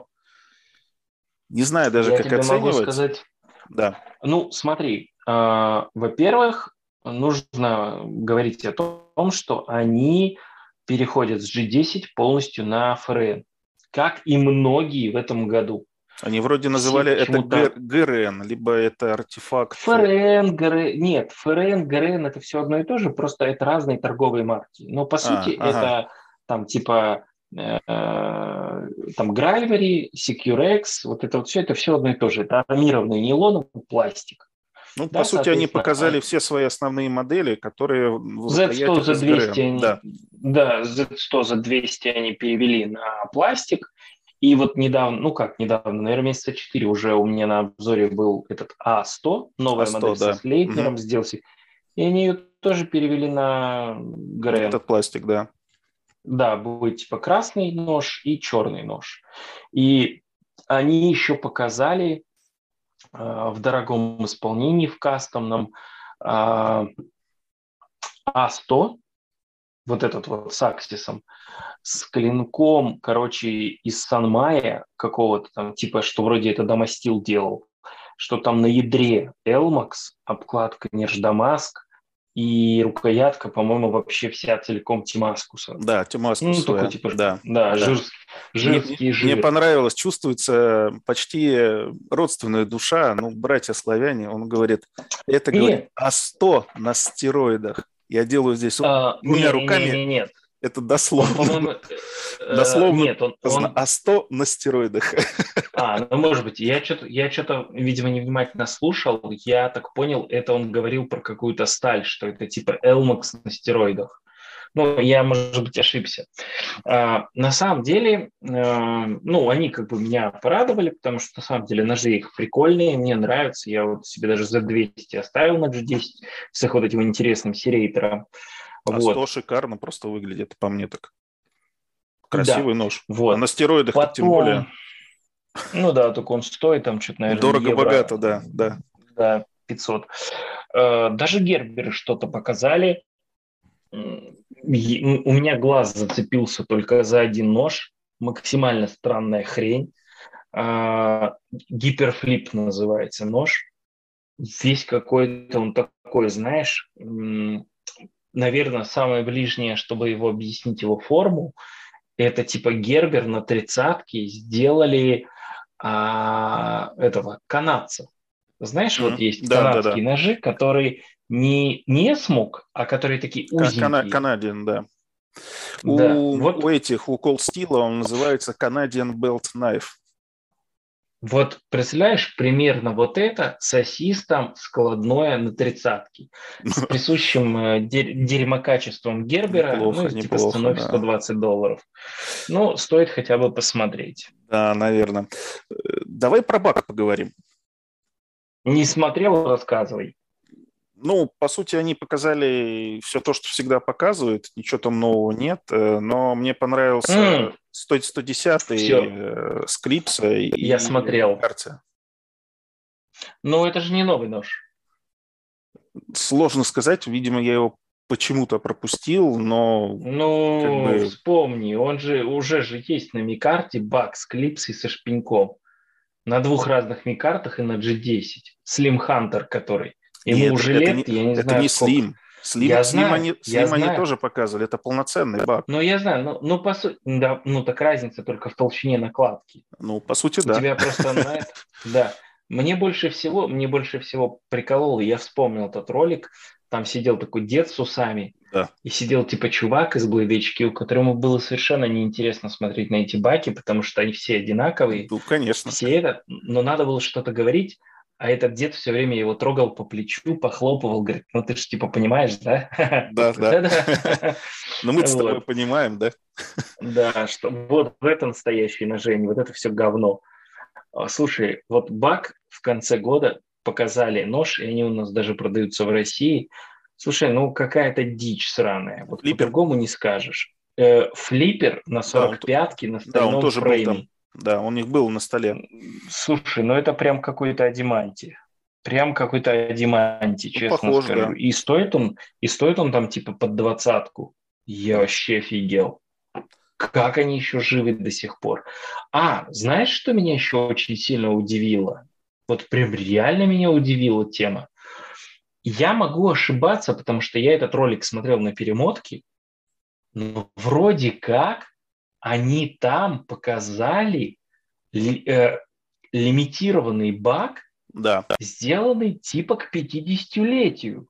не знаю даже,
я
как
тебе
оценивать.
Могу сказать...
Да.
Ну, смотри, э, во-первых, нужно говорить о том, что они переходят с джи десять полностью на эф эр эн, как и многие в этом году.
Они вроде называли это джи эр эн, либо это артефакт.
эф эр эн, джи эр эн, нет, эф эр эн, джи эр эн это все одно и то же, просто это разные торговые марки. Но по сути а, ага. это там типа э, там Грайвери, Securex, вот это вот все, это все одно и то же. Это армированный нейлоновый пластик.
Ну, да, по сути, они показали все свои основные модели, которые
зет сто за двести они,
да.
да, зет сто за двести они перевели на пластик. И вот недавно, ну как недавно, наверное, месяца четыре уже у меня на обзоре был этот а сто, новая а сто, модель да. со Слейтнером, угу. с ди эл си. И они ее тоже перевели на джи эр эн.
Этот пластик, да.
Да, будет типа красный нож и черный нож. И они еще показали э, в дорогом исполнении, в кастомном, э, а сто, вот этот вот с аксисом, с клинком, короче, из Санмая какого-то там, типа, что вроде это Дамастил делал, что там на ядре Элмакс, обкладка Нерждамаск, и рукоятка, по-моему, вообще вся целиком Тимаскуса.
Да, Тимаскусовая.
Ну, такой, типа,
да,
да,
да.
Жир, жирский
мне,
жир.
Мне понравилось, чувствуется почти родственная душа, ну, братья-славяне, он говорит, это, говорит, а сто на стероидах. Я делаю здесь
а,
двумя
не,
руками.
Не, не, нет.
Это
Он,
дословно.
по-моему, э, э,
Дословно
нет, он,
сказано,
он,
а сто на стероидах.
а, ну, может быть, я что-то, я что-то, видимо, невнимательно слушал, я так понял, это он говорил про какую-то сталь, что это типа Элмакс на стероидах. Ну, я, может быть, ошибся. А, на самом деле, э, ну, они как бы меня порадовали, потому что, на самом деле, ножи их прикольные, мне нравятся. Я вот себе даже зет двести оставил на джи десять с их вот этим интересным серейтером.
А сто
Вот,
шикарно просто выглядит, по мне так.
да,
Красивый нож. А на
вот.
стероидах так тем более.
Потом, ну да, только он стоит там что-то, наверное, евро,
Дорого-богато, да, да.
да, пятьсот. Э, Даже Герберы что-то показали. М, е- У меня глаз зацепился только за один нож. Максимально странная хрень. А, Гиперфлип называется нож. Весь какой-то он такой, знаешь, м, наверное, самое ближнее, чтобы его объяснить его форму, это типа Гербер на тридцатке сделали а, этого канадца. Знаешь, вот
М,
есть
Да, да,
канадские
да.
ножи, которые не, не смук, а которые такие узенькие.
Канадиан, да.
Да,
У, у
вот,
этих, у Cold Steel он называется Canadian Belt Knife.
вот представляешь, примерно вот это сосистом складное на тридцатке с присущим э, дер- дерьмокачеством Гербера, ну
Неплохо,
и типа с
неплохо,
ценой в сто
да.
двадцать долларов. Ну, стоит хотя бы посмотреть.
Да, наверное. Давай про бак поговорим.
Не смотрел, рассказывай.
Ну, по сути, они показали все то, что всегда показывают, ничего там нового нет, э, но мне понравился сто сто десять
Все,
э, с клипса
я
и
смотрел.
карте.
Но это же не новый нож.
Сложно сказать, видимо, я его почему-то пропустил, но как
Ну,
бы
вспомни, он же уже же есть на микарте бак с клипсой со шпеньком. На двух разных микартах и на джи десять. Слим Хантер, который.
не,
Ему
это,
уже
это
лет,
не,
я не
это
знаю
не
сколько.
Slim. Slim,
Я
Slim,
знаю,
они,
я
Slim они
знаю.
тоже показывали, это полноценный баг.
Ну, я знаю, ну, ну по сути, да, ну так разница только в толщине накладки.
Ну, по сути,
У
да.
тебя просто на это, да. Мне больше всего, мне больше всего прикололо, я вспомнил этот ролик, там сидел такой дед с усами,
Да.
и сидел типа чувак из Blade эйч кью, которому было совершенно неинтересно смотреть на эти баки, потому что они все одинаковые,
Ну, конечно.
все это, но надо было что-то говорить, а этот дед все время его трогал по плечу, похлопывал, говорит, ну ты же типа понимаешь, да?
Да,
Такой,
да.
да-да.
Но мы с тобой
Вот,
понимаем, да?
да, что вот в это настоящее ножение, вот это все говно. А, Слушай, вот бак в конце года показали нож, и они у нас даже продаются в России. Слушай, ну какая-то дичь сраная, вот
Флиппер.
по-другому не скажешь. Э, флиппер на
Да, он,
сорок пятке на
да, он
стальном
тоже был там.
фрейме.
Да, он у них был на столе.
Слушай, ну это прям какой-то адиманти. Прям какой-то адиманти,
Ну,
честно
похож,
скажу.
да.
И стоит он, и стоит он там типа под двадцатку. Я
Да.
вообще офигел. Как они еще живы до сих пор? А, знаешь, что меня еще очень сильно удивило? Вот прям реально меня удивила тема. Я могу ошибаться, потому что я этот ролик смотрел на перемотке, но вроде как они там показали ли- э, лимитированный баг,
Да,
сделанный типа к пятидесятилетию.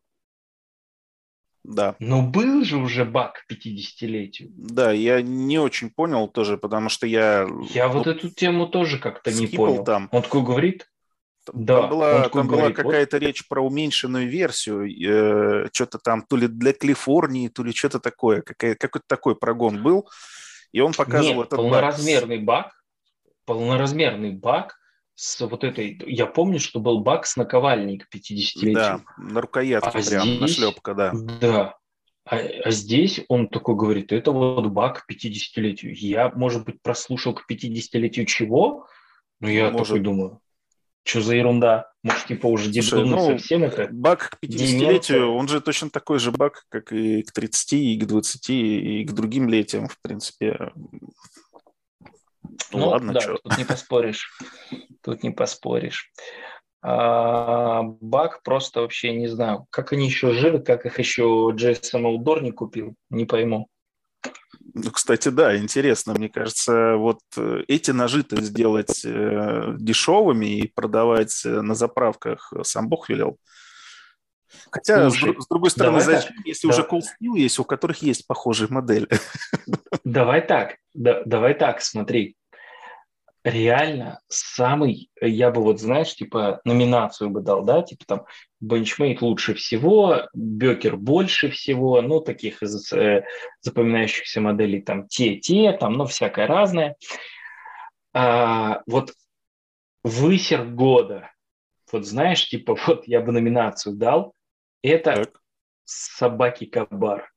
да.
Но был же уже баг к пятидесятилетию.
Да, я не очень понял тоже, потому что я
Я вот
ну,
эту тему тоже как-то не
скипал
понял.
там.
Он такой говорит,
Там
да, он
была,
такой
там была
говорит, вот
какая-то речь про уменьшенную версию, э, что-то там то ли для Калифорнии, то ли что-то такое. Какая, какой-то такой прогон был, и он показывал
нет,
этот баг. с-
полноразмерный баг, полноразмерный баг с вот этой, я помню, что был баг с наковальней к
Да,
пятидесятилетию,
на рукоятке
а
прям,
здесь,
нашлепка, да.
да, а, а здесь он такой говорит, это вот баг к пятидесятилетию. Я, может быть, прослушал к пятидесятилетию чего? Но я такой
Может.
думаю, что за ерунда? Может, типа уже
Слушай,
дедомы
ну,
совсем это
баг к пятидесятилетию,
деменция?
он же точно такой же баг, как и к тридцати, и к двадцати, и к другим летиям, в принципе. Ну
Ну,
ладно,
да,
что.
тут не поспоришь. Тут не поспоришь. А, баг просто вообще не знаю, как они еще живы, как их еще Джейсон Олдор не купил, не пойму.
Ну, кстати, да, интересно. Мне кажется, вот э, эти ножи-то сделать э, дешевыми и продавать э, на заправках сам Бог велел. Хотя, Слушай, с, с другой стороны, зачем, так, если
давай,
уже Cold Steel есть, у которых есть похожие модели?
Давай так, да, давай так, смотри. Реально самый, я бы вот, знаешь, типа номинацию бы дал, да, типа там Benchmade лучше всего, Бекер больше всего, ну, таких из э, запоминающихся моделей там те-те, там, ну, всякое разное. А, вот высер года, вот знаешь, типа вот я бы номинацию дал, это так. Собаки Кабар.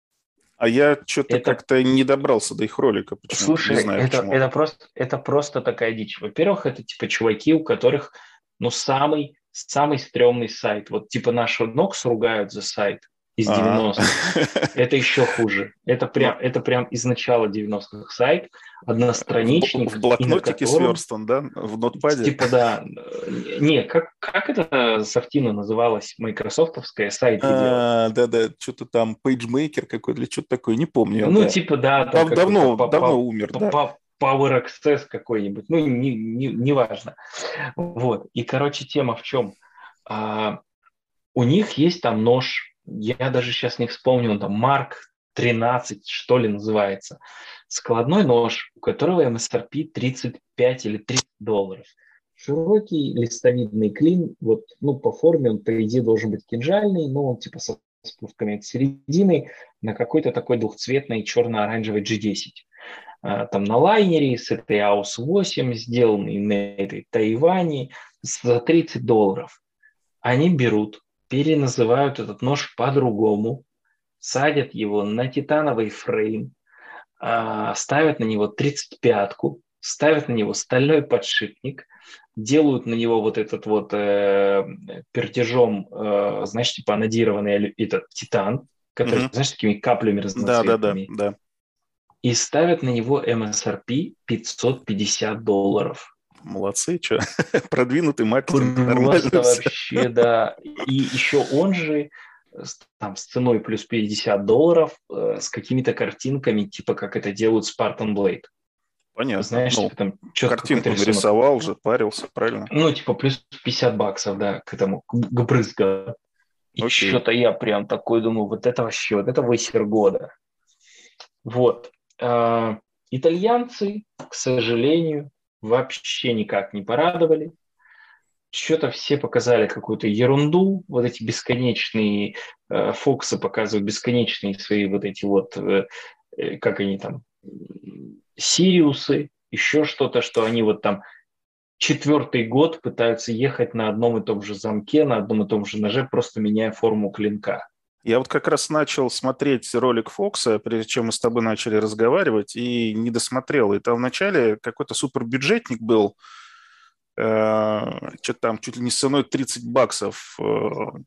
А я что-то это... как-то не добрался до их ролика.
Слушай, не знаю, это, почему. Это, просто, это просто такая дичь. Во-первых, это типа чуваки, у которых ну, самый, самый стрёмный сайт. Вот типа наши Нокс ругают за сайт из девяностых. Это еще хуже. Это прям, это прям из начала девяностых сайт, одностраничник.
В, в блокнотике сверстан, да? В нотпаде?
Типа, да. Не, как, как это софтина называлась? Майкрософтовская сайт
а, да-да, что-то там PageMaker какой-то или что-то такое, не помню.
Ну, да. типа, да.
Там давно, давно умер, да.
Power Access какой-нибудь, ну, не, не, не важно. Вот. И, короче, тема в чем? А, у них есть там нож, я даже сейчас не вспомню, он там Марк тринадцать, что ли, называется. Складной нож, у которого эм эс ар пи тридцать пять или тридцать долларов. Широкий листовидный клин, вот, ну, по форме он, по идее, должен быть кинжальный, но он типа со спусками от середины на какой-то такой двухцветной черно-оранжевой джи десять. Там на лайнере с этой эй ю эс восемь сделанный на этой Тайване за тридцать долларов. Они берут, переназывают этот нож по-другому, садят его на титановый фрейм, ставят на него тридцать пятку, ставят на него стальной подшипник, делают на него вот этот вот э, пертежом, э, знаешь, типа анодированный этот титан, который, mm-hmm. знаешь, такими каплями разноцветными.
Да, да, да.
И ставят на него эм эс ар пи пятьсот пятьдесят долларов.
Молодцы, что? Продвинутый маркетинг.
Просто
нормально
вообще, да. И еще он же там с ценой плюс пятьдесят долларов э, с какими-то картинками, типа как это делают Spartan Blade.
Понятно.
Знаешь,
ну,
типа там
картинку нарисовал же, парился, правильно?
Ну, типа плюс пятьдесят баксов, да, к этому, к, к брызгу. И Окей. Что-то я прям такой думаю, вот это вообще, вот это высер года. Вот. А, итальянцы, к сожалению, вообще никак не порадовали. Что-то все показали какую-то ерунду. Вот эти бесконечные э, Фоксы показывают бесконечные свои вот эти вот, э, э, как они там, Сириусы, еще что-то, что они вот там четвертый год пытаются ехать на одном и том же замке, на одном и том же ноже, просто меняя форму клинка.
Я вот как раз начал смотреть ролик Фокса, прежде чем мы с тобой начали разговаривать, и не досмотрел. И там вначале какой-то супербюджетник был, э, что-то там чуть ли не с ценой тридцать баксов. Э,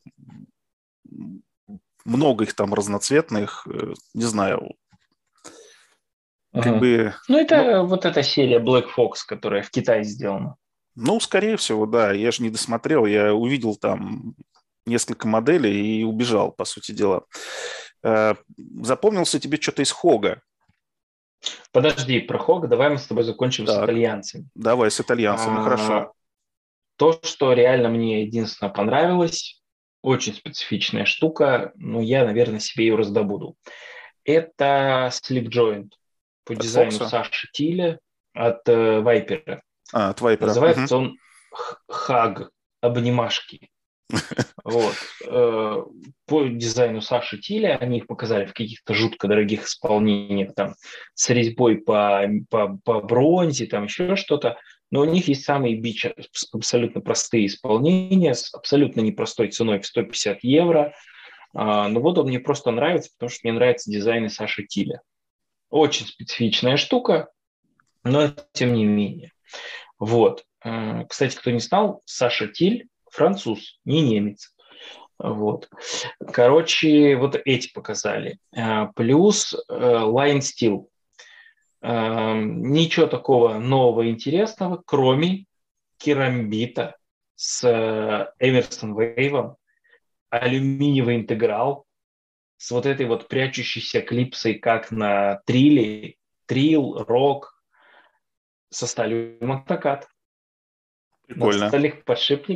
много их там разноцветных, э, не знаю.
Как ага. бы, ну, это ну, вот эта серия Black Fox, которая в Китае сделана.
Ну, скорее всего, да. Я же не досмотрел. Я увидел там несколько моделей и убежал, по сути дела. Запомнился тебе что-то из Хога?
Подожди, про Хога давай мы с тобой закончим так, с итальянцами.
Давай с итальянцами, а, хорошо.
То, что реально мне единственное понравилось, очень специфичная штука, но я, наверное, себе ее раздобуду. Это Slip Joint по от дизайну Фокса? Саши Тиля от э, Вайпера.
А, от Вайпера.
Называется угу. он Хаг, обнимашки. Вот. По дизайну Саши Тиля, они их показали в каких-то жутко дорогих исполнениях, там, с резьбой по, по, по бронзе, там еще что-то. Но у них есть самые бич, абсолютно простые исполнения с абсолютно непростой ценой в сто пятьдесят евро. Но вот он мне просто нравится, потому что мне нравятся дизайны Саши Тиля. Очень специфичная штука, но тем не менее. Вот. Кстати, кто не знал, Саша Тиль француз, не немец. Вот. Короче, вот эти показали. Плюс Lion Steel. Ничего такого нового интересного, кроме керамбита с Emerson Wave, алюминиевый интеграл с вот этой вот прячущейся клипсой, как на триле, трил, рок, со сталью мотокат.
Прикольно.
На стальных подшипниках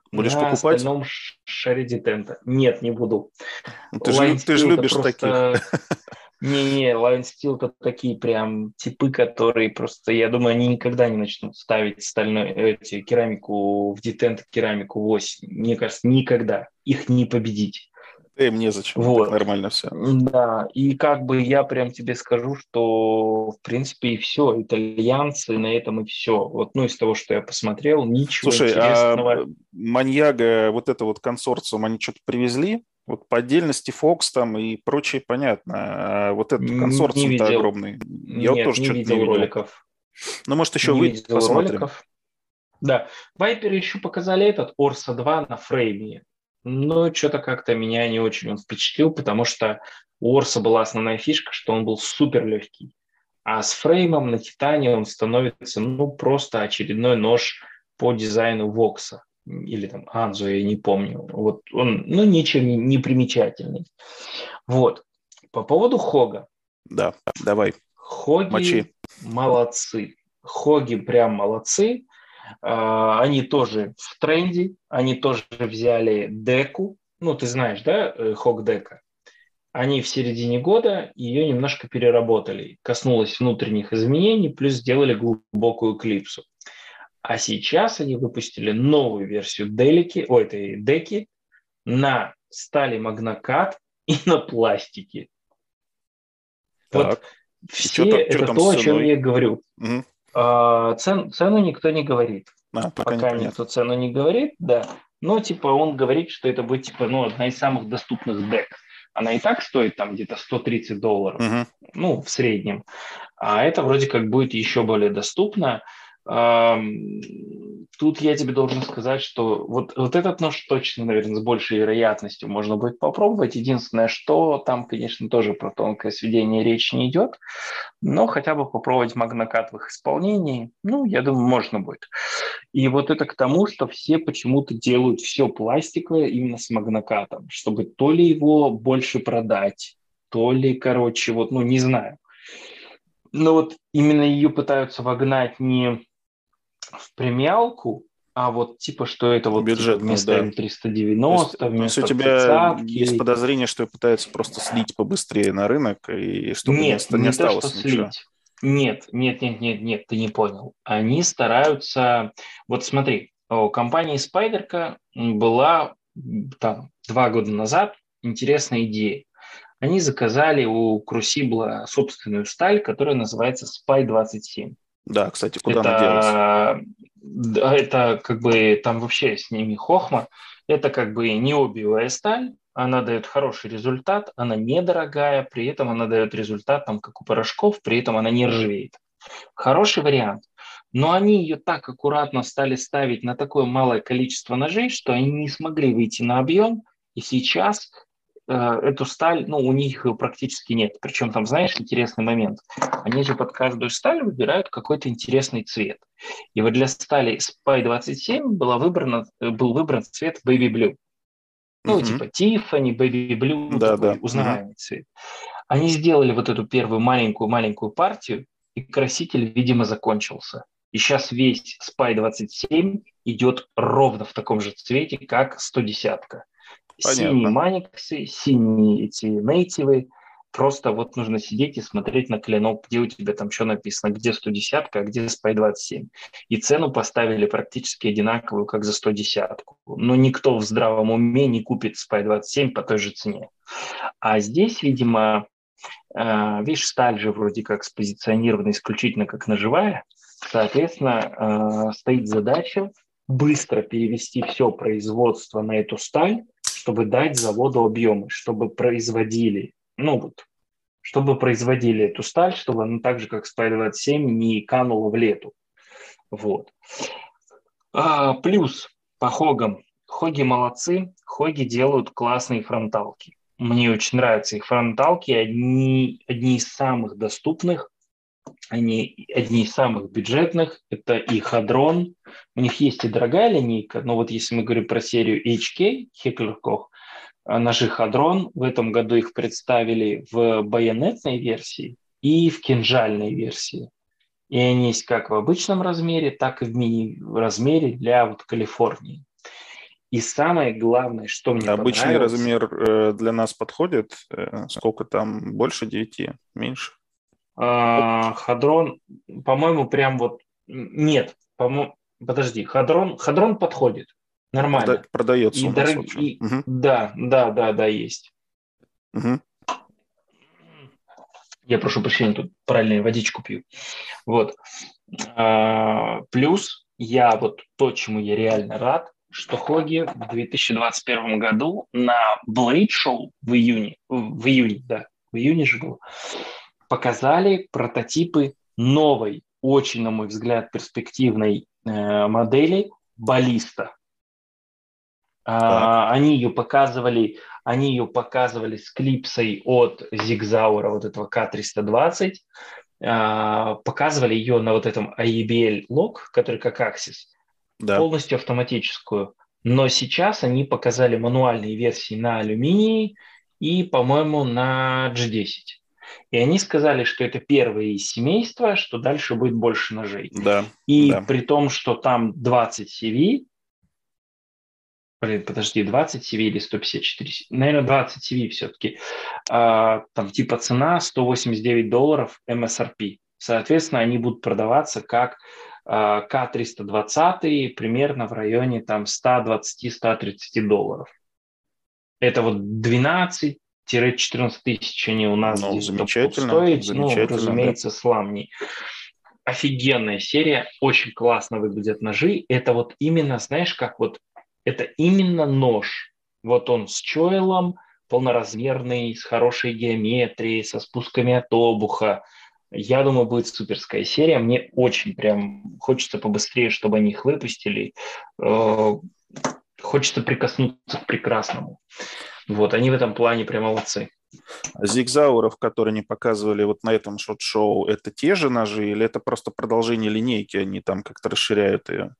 Будешь
на
покупать?
остальном шаре детента. Нет, не буду.
Ну, ты же,
Line
ты же
Steel это
любишь таких.
просто... Не-не, Line Steel это такие прям типы, которые просто, я думаю, они никогда не начнут ставить стальной, эти, керамику в детент, керамику в ось. Мне кажется, никогда. Их не победить.
Да им незачем, так
Вот.
нормально все.
Да, и как бы я прям тебе скажу, что в принципе и все, итальянцы на этом и все. Вот, ну, из того, что я посмотрел, ничего
Слушай, а
интересного.
Маньяга, вот это вот консорциум, они что-то привезли? Вот по отдельности Fox там и прочее, понятно. А вот этот
Не
консорциум-то
видел,
огромный. Я вот
нет,
тоже
не
что-то не
видел
видел.
роликов.
Ну, может, еще
Не
выйдет,
видел
посмотрим.
роликов. Да, Вайперы еще показали этот Орса два на фрейме. Но что-то как-то меня не очень он впечатлил, потому что у Орса была основная фишка, что он был супер легкий. А с фреймом на Титане он становится, ну, просто очередной нож по дизайну Вокса. Или там Анзо, я не помню. Вот он, ну, ничем не, не примечательный. Вот. По поводу Хога.
Да, давай, мочи.
Хоги молодцы. Хоги прям молодцы. А, Они тоже в тренде. Они тоже взяли деку. Ну, ты знаешь, да, э, Хог дека? Они в середине года ее немножко переработали. Коснулось внутренних изменений, плюс сделали глубокую клипсу. А сейчас они выпустили новую версию делики, ой, этой деки на стали магнокат и на пластике. Вот
Так, и что
все
там, что
это
там с
то, о чем
ценой?
я говорю.
Угу.
А, цен, цену никто не говорит.
А, пока
Пока
непонятно.
никто цену не говорит, да. Но типа он говорит, что это будет типа ну, одна из самых доступных дек. Она и так стоит там где-то сто тридцать долларов,
Угу.
ну, в среднем. А это вроде как будет еще более доступно. Тут я тебе должен сказать, что вот, вот этот нож точно, наверное, с большей вероятностью можно будет попробовать. Единственное, что там, конечно, тоже про тонкое сведение речи не идет, но хотя бы попробовать магнокат в их исполнении, ну, я думаю, можно будет. И вот это к тому, что все почему-то делают все пластиковое именно с магнокатом, чтобы то ли его больше продать, то ли, короче, вот, ну, не знаю. Но вот именно ее пытаются вогнать не в премиалку, а вот типа, что это вот типа
Бюджетную,
вместо
да.
м триста
То есть,
девяносто,
то есть у
вместо
тебя есть
тридцатки.
подозрение, что ее пытаются просто слить побыстрее на рынок, и чтобы не,
Нет,
оста- не
не то, что
осталось ничего.
слить. Нет, нет, нет, нет, нет, ты не понял. Они стараются... Вот смотри, у компании Spyderco была там два года назад интересная идея. Они заказали у Crucible собственную сталь, которая называется спай двадцать семь.
Да, кстати, куда она делась?
Это, да, это как бы там вообще с ними хохма. Это как бы необиевая сталь, она дает хороший результат, она недорогая, при этом она дает результат, там, как у порошков, при этом она не ржавеет. Хороший вариант. Но они ее так аккуратно стали ставить на такое малое количество ножей, что они не смогли выйти на объем, и сейчас э, эту сталь, ну, у них ее практически нет. Причем там, знаешь, интересный момент. Они же под каждую сталь выбирают какой-то интересный цвет. И вот для стали спай двадцать семь была выбрана, был выбран цвет Baby Blue. Ну,
Угу.
типа Tiffany, Baby Blue,
Да,
такой
да. Угу.
узнаваемый цвет. Они сделали вот эту первую маленькую-маленькую партию, и краситель, видимо, закончился. И сейчас весь спай двадцать семь идет ровно в таком же цвете, как сто десять. Синие
Понятно.
маниксы, синие эти нейтивы. Просто вот нужно сидеть и смотреть на клинок, где у тебя там что написано, где сто десять, а где спай двадцать семь. И цену поставили практически одинаковую, как за сто десять. Но никто в здравом уме не купит спай двадцать семь по той же цене. А здесь, видимо, э, видишь, сталь же вроде как спозиционирована исключительно как ножевая. Соответственно, э, стоит задача быстро перевести все производство на эту сталь, чтобы дать заводу объемы, чтобы производили, ну вот, чтобы производили эту сталь, чтобы она так же, как спай двадцать семь, не канула в лету. Вот. А, плюс по хогам. Хоги молодцы, хоги делают классные фронталки. Мне очень нравятся их фронталки, одни, одни из самых доступных, они одни из самых бюджетных. Это и Hadron. У них есть и дорогая линейка, но вот если мы говорим про серию эйч кей, Heckler Koch, ножи Hadron, в этом году их представили в байонетной версии и в кинжальной версии. И они есть как в обычном размере, так и в мини-размере для вот Калифорнии. И самое главное, что мне
Обычный
понравилось...
размер для нас подходит? Сколько там? Больше девяти? Меньше?
Хадрон, по-моему, прям вот... Нет, по-моему... Подожди, Хадрон, Хадрон подходит. Нормально.
Продается
И
у нас
дорог...
вообще.
и...
Угу.
Да, да, да, да, есть.
Угу.
Я прошу прощения, тут правильно водичку пью. Вот. А, плюс я вот то, чему я реально рад, что Хоги в две тысячи двадцать первом году на Blade Show в июне, в июне, да, в июне же было, показали прототипы новой, очень, на мой взгляд, перспективной э, модели Баллиста. А, они ее показывали, они ее показывали с клипсой от Зигзаура, вот этого К триста двадцать. А, показывали ее на вот этом эй би эл-лог, который как Axis,
Да.
полностью автоматическую. Но сейчас они показали мануальные версии на алюминии и, по-моему, на джи десять. И они сказали, что это первые из семейства, что дальше будет больше ножей.
Да,
и
да.
при том, что там двадцать си ви, блин, подожди, двадцать си ви или сто пятьдесят четыре, наверное, двадцать си ви все-таки, а, там типа цена сто восемьдесят девять долларов эм эс ар пи. Соответственно, они будут продаваться как а, К триста двадцать примерно в районе там сто двадцать - сто тридцать долларов. Это вот двенадцать-четырнадцать тысяч они у нас
Ну,
где-то будут
замечательно,
стоить. Ну,
замечательно,
разумеется,
да.
сламни. Офигенная серия, очень классно выглядят ножи. Это вот именно, знаешь, как вот, это именно нож. Вот он с чойлом, полноразмерный, с хорошей геометрией, со спусками от обуха. Я думаю, будет суперская серия. Мне очень прям хочется побыстрее, чтобы они их выпустили. Хочется прикоснуться к прекрасному. Вот, они в этом плане прям молодцы.
Зигзауров, которые они показывали вот на этом шот-шоу, это те же ножи или это просто продолжение линейки, они там как-то расширяют ее?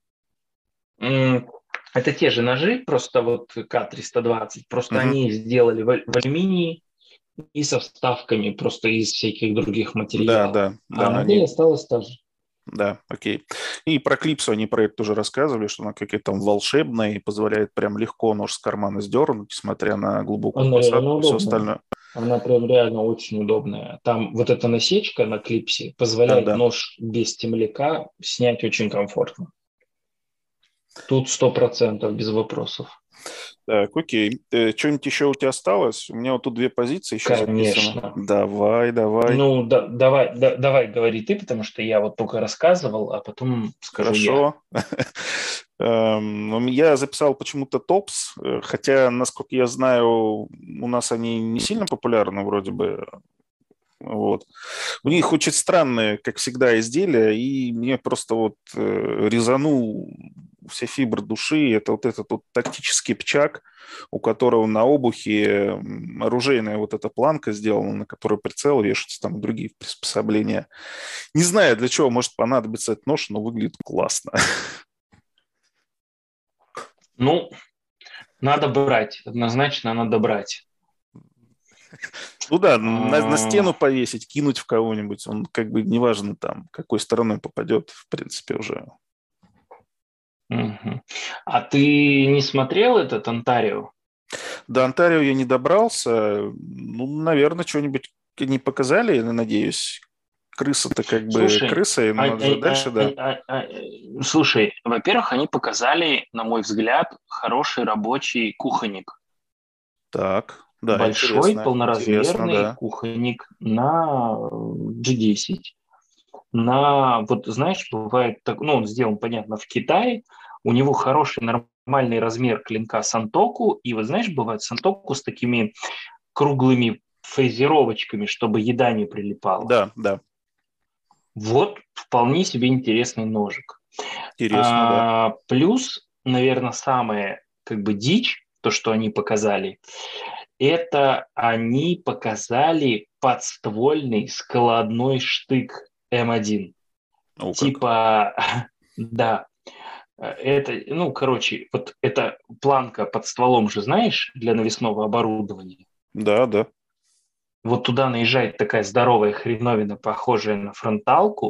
Это те же ножи, просто вот К триста двадцать, просто угу. Они сделали в, в алюминии и со вставками просто из всяких других материалов.
Да, да, да.
А модель они... осталась та же.
Да, окей. И про клипсу они про это тоже рассказывали, что она какая-то там волшебная и позволяет прям легко нож с кармана сдернуть, несмотря на глубокую
она
посадку и все остальное.
Она прям реально очень удобная. Там вот эта насечка на клипсе позволяет да, да. нож без темляка снять очень комфортно. Тут сто процентов без вопросов.
Так, окей. Э, что-нибудь еще у тебя осталось? У меня вот тут две позиции еще
Конечно.
записаны. Давай, давай.
Ну, да, давай, да, давай, говори ты, потому что я вот только рассказывал, а потом скажу
Хорошо. я. Я записал почему-то топс, хотя, насколько я знаю, у нас они не сильно популярны вроде бы. Вот. У них очень странные, как всегда, изделия, и мне просто вот резанул все фибры души. Это вот этот вот тактический пчак, у которого на обухе оружейная вот эта планка сделана, на которой прицел вешается, там другие приспособления. Не знаю, для чего может понадобиться этот нож, но выглядит классно.
Ну, надо брать, однозначно надо брать.
Ну да, на, на стену повесить, кинуть в кого-нибудь, он как бы неважно там, какой стороной попадет, в принципе, уже.
Угу. А ты не смотрел этот Онтарио?
До Онтарио я не добрался. Ну, наверное, что-нибудь не показали, я надеюсь. Крыса-то как бы
слушай,
крыса, но
а,
надо же
а,
дальше,
а,
да.
А, а, а, слушай, во-первых, они показали, на мой взгляд, хороший рабочий кухонник.
Так, да,
Большой,
интересно,
полноразмерный
интересно, да.
кухонник на джи десять. На, вот знаешь, бывает так, ну, он сделан, понятно, в Китае, у него хороший нормальный размер клинка сантоку, и вот знаешь, бывает сантоку с такими круглыми фрезеровочками, чтобы еда не прилипала.
Да, да.
Вот вполне себе интересный ножик.
Интересно,
а,
да.
Плюс, наверное, самое как бы дичь, то, что они показали, это они показали подствольный складной штык эм один.
О,
типа, да, это, ну, короче, вот эта планка под стволом же, знаешь, для навесного оборудования.
Да, да.
Вот туда наезжает такая здоровая хреновина, похожая на фронталку,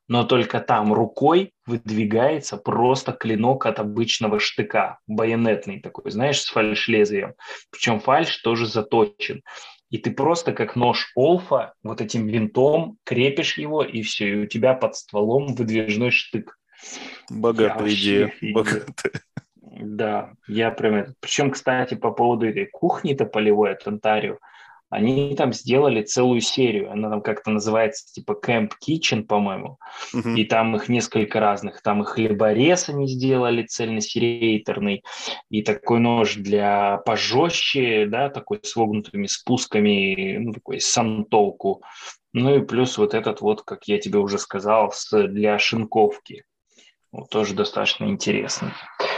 но только там рукой выдвигается просто клинок от обычного штыка, байонетный такой, знаешь, с фальш-лезвием. Причем фальш тоже заточен. И ты просто как нож Олфа вот этим винтом крепишь его, и все, и у тебя под стволом выдвижной штык. Я
Богатая
вообще
идея.
офигел.
Богатая.
Да, я прям это. Причем, кстати, по поводу этой кухни-то полевой от Онтарио, они там сделали целую серию. Она там как-то называется типа Camp Kitchen, по-моему.
Мгм.
И там их несколько разных. Там и хлеборез они сделали цельносерейторный, и такой нож для пожестче, да, такой с вогнутыми спусками, ну, такой сантолку. Ну и плюс вот этот вот, как я тебе уже сказал, с, для шинковки. Вот, тоже достаточно интересный.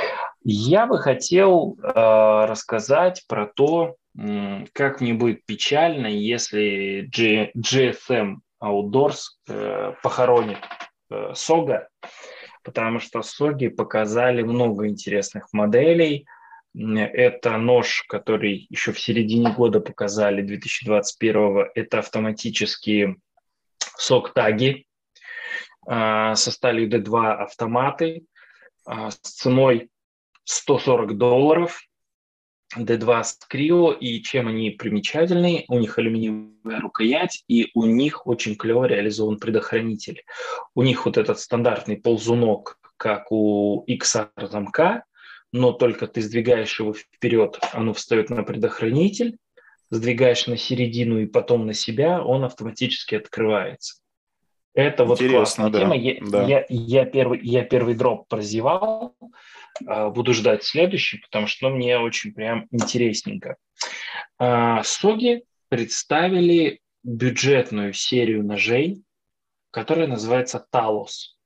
Я бы хотел э, рассказать про то, м, как мне будет печально, если G- джи эс эм Outdoors э, похоронит э, сога, потому что соги показали много интересных моделей. М, Это нож, который еще в середине года показали, две тысячи двадцать первого, это автоматические сог-таги э, со сталью ди два автоматы э, с ценой сто сорок долларов, ди два с Крио, и чем они примечательны, у них алюминиевая рукоять, и у них очень клево реализован предохранитель. У них вот этот стандартный ползунок, как у икс ар замка, но только ты сдвигаешь его вперед, оно встает на предохранитель, сдвигаешь на середину и потом на себя, он автоматически открывается. Это вот классная
Интересно,
тема.
да.
Я,
Да.
я, я, первый, я первый дроп прозевал, а, буду ждать следующий, потому что ну, мне очень прям интересненько. А, Соги представили бюджетную серию ножей, которая называется Talos.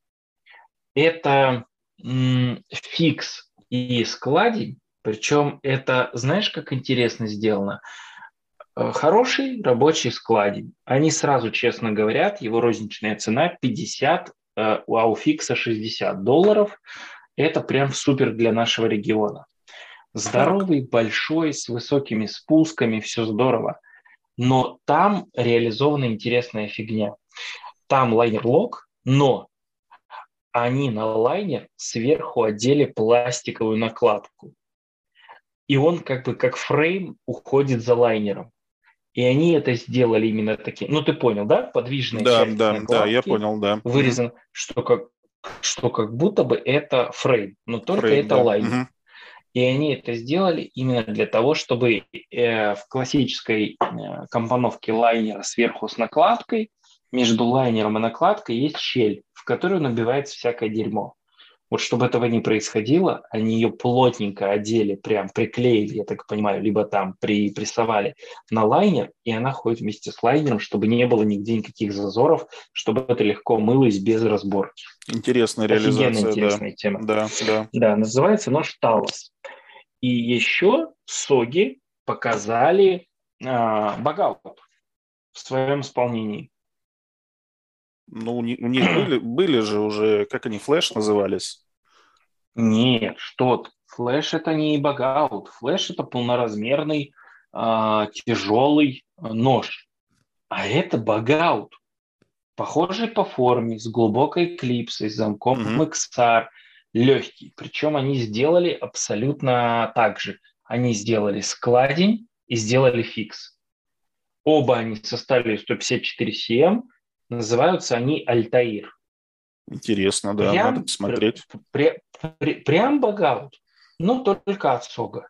Это м, фикс и складень, причем это, знаешь, как интересно сделано? Э, Хороший рабочий складень. Они сразу честно говорят, его розничная цена пятьдесят, э, а у фикса шестьдесят долларов. Это прям супер для нашего региона.
Так,
Здоровый, большой, с высокими спусками, все здорово. Но там реализована интересная фигня. Там лайнер-лок, но они на лайнер сверху одели пластиковую накладку. И он как бы как фрейм уходит за лайнером. И они это сделали именно таким. Ну, ты понял, да? Подвижная
да,
часть
да, да, я
накладки
понял, да. Мгм.
вырезана, что как, что как будто бы это фрейм, но только
Фрейм,
это
да.
лайнер.
Мгм.
И они это сделали именно для того, чтобы э, в классической э, компоновке лайнера сверху с накладкой, между лайнером и накладкой есть щель, в которую набивается всякое дерьмо. Вот чтобы этого не происходило, они ее плотненько одели, прям приклеили, я так понимаю, либо там припрессовали на лайнер, и она ходит вместе с лайнером, чтобы не было нигде никаких зазоров, чтобы это легко мылось без разборки.
Интересная
Офигенно
реализация, да.
интересная тема.
Да, да.
Да, называется нож Талос. И еще соги показали а, Багаут в своем исполнении.
Ну, у, ни- у них были, были же уже, как они, флэш назывались?
Нет, что ты. Флэш это не Багаут. Флэш это полноразмерный а, тяжелый а, нож. А это Багаут. Похожий по форме, с глубокой клипсой, с замком
Мгм.
икс ар, легкий. Причем они сделали абсолютно так же. Они сделали складень и сделали фикс. Оба они со сталью сто пятьдесят четыре си эм, называются они Альтаир.
Интересно, да, надо
Прям,
посмотреть.
прям, прям багаут, но только от сога.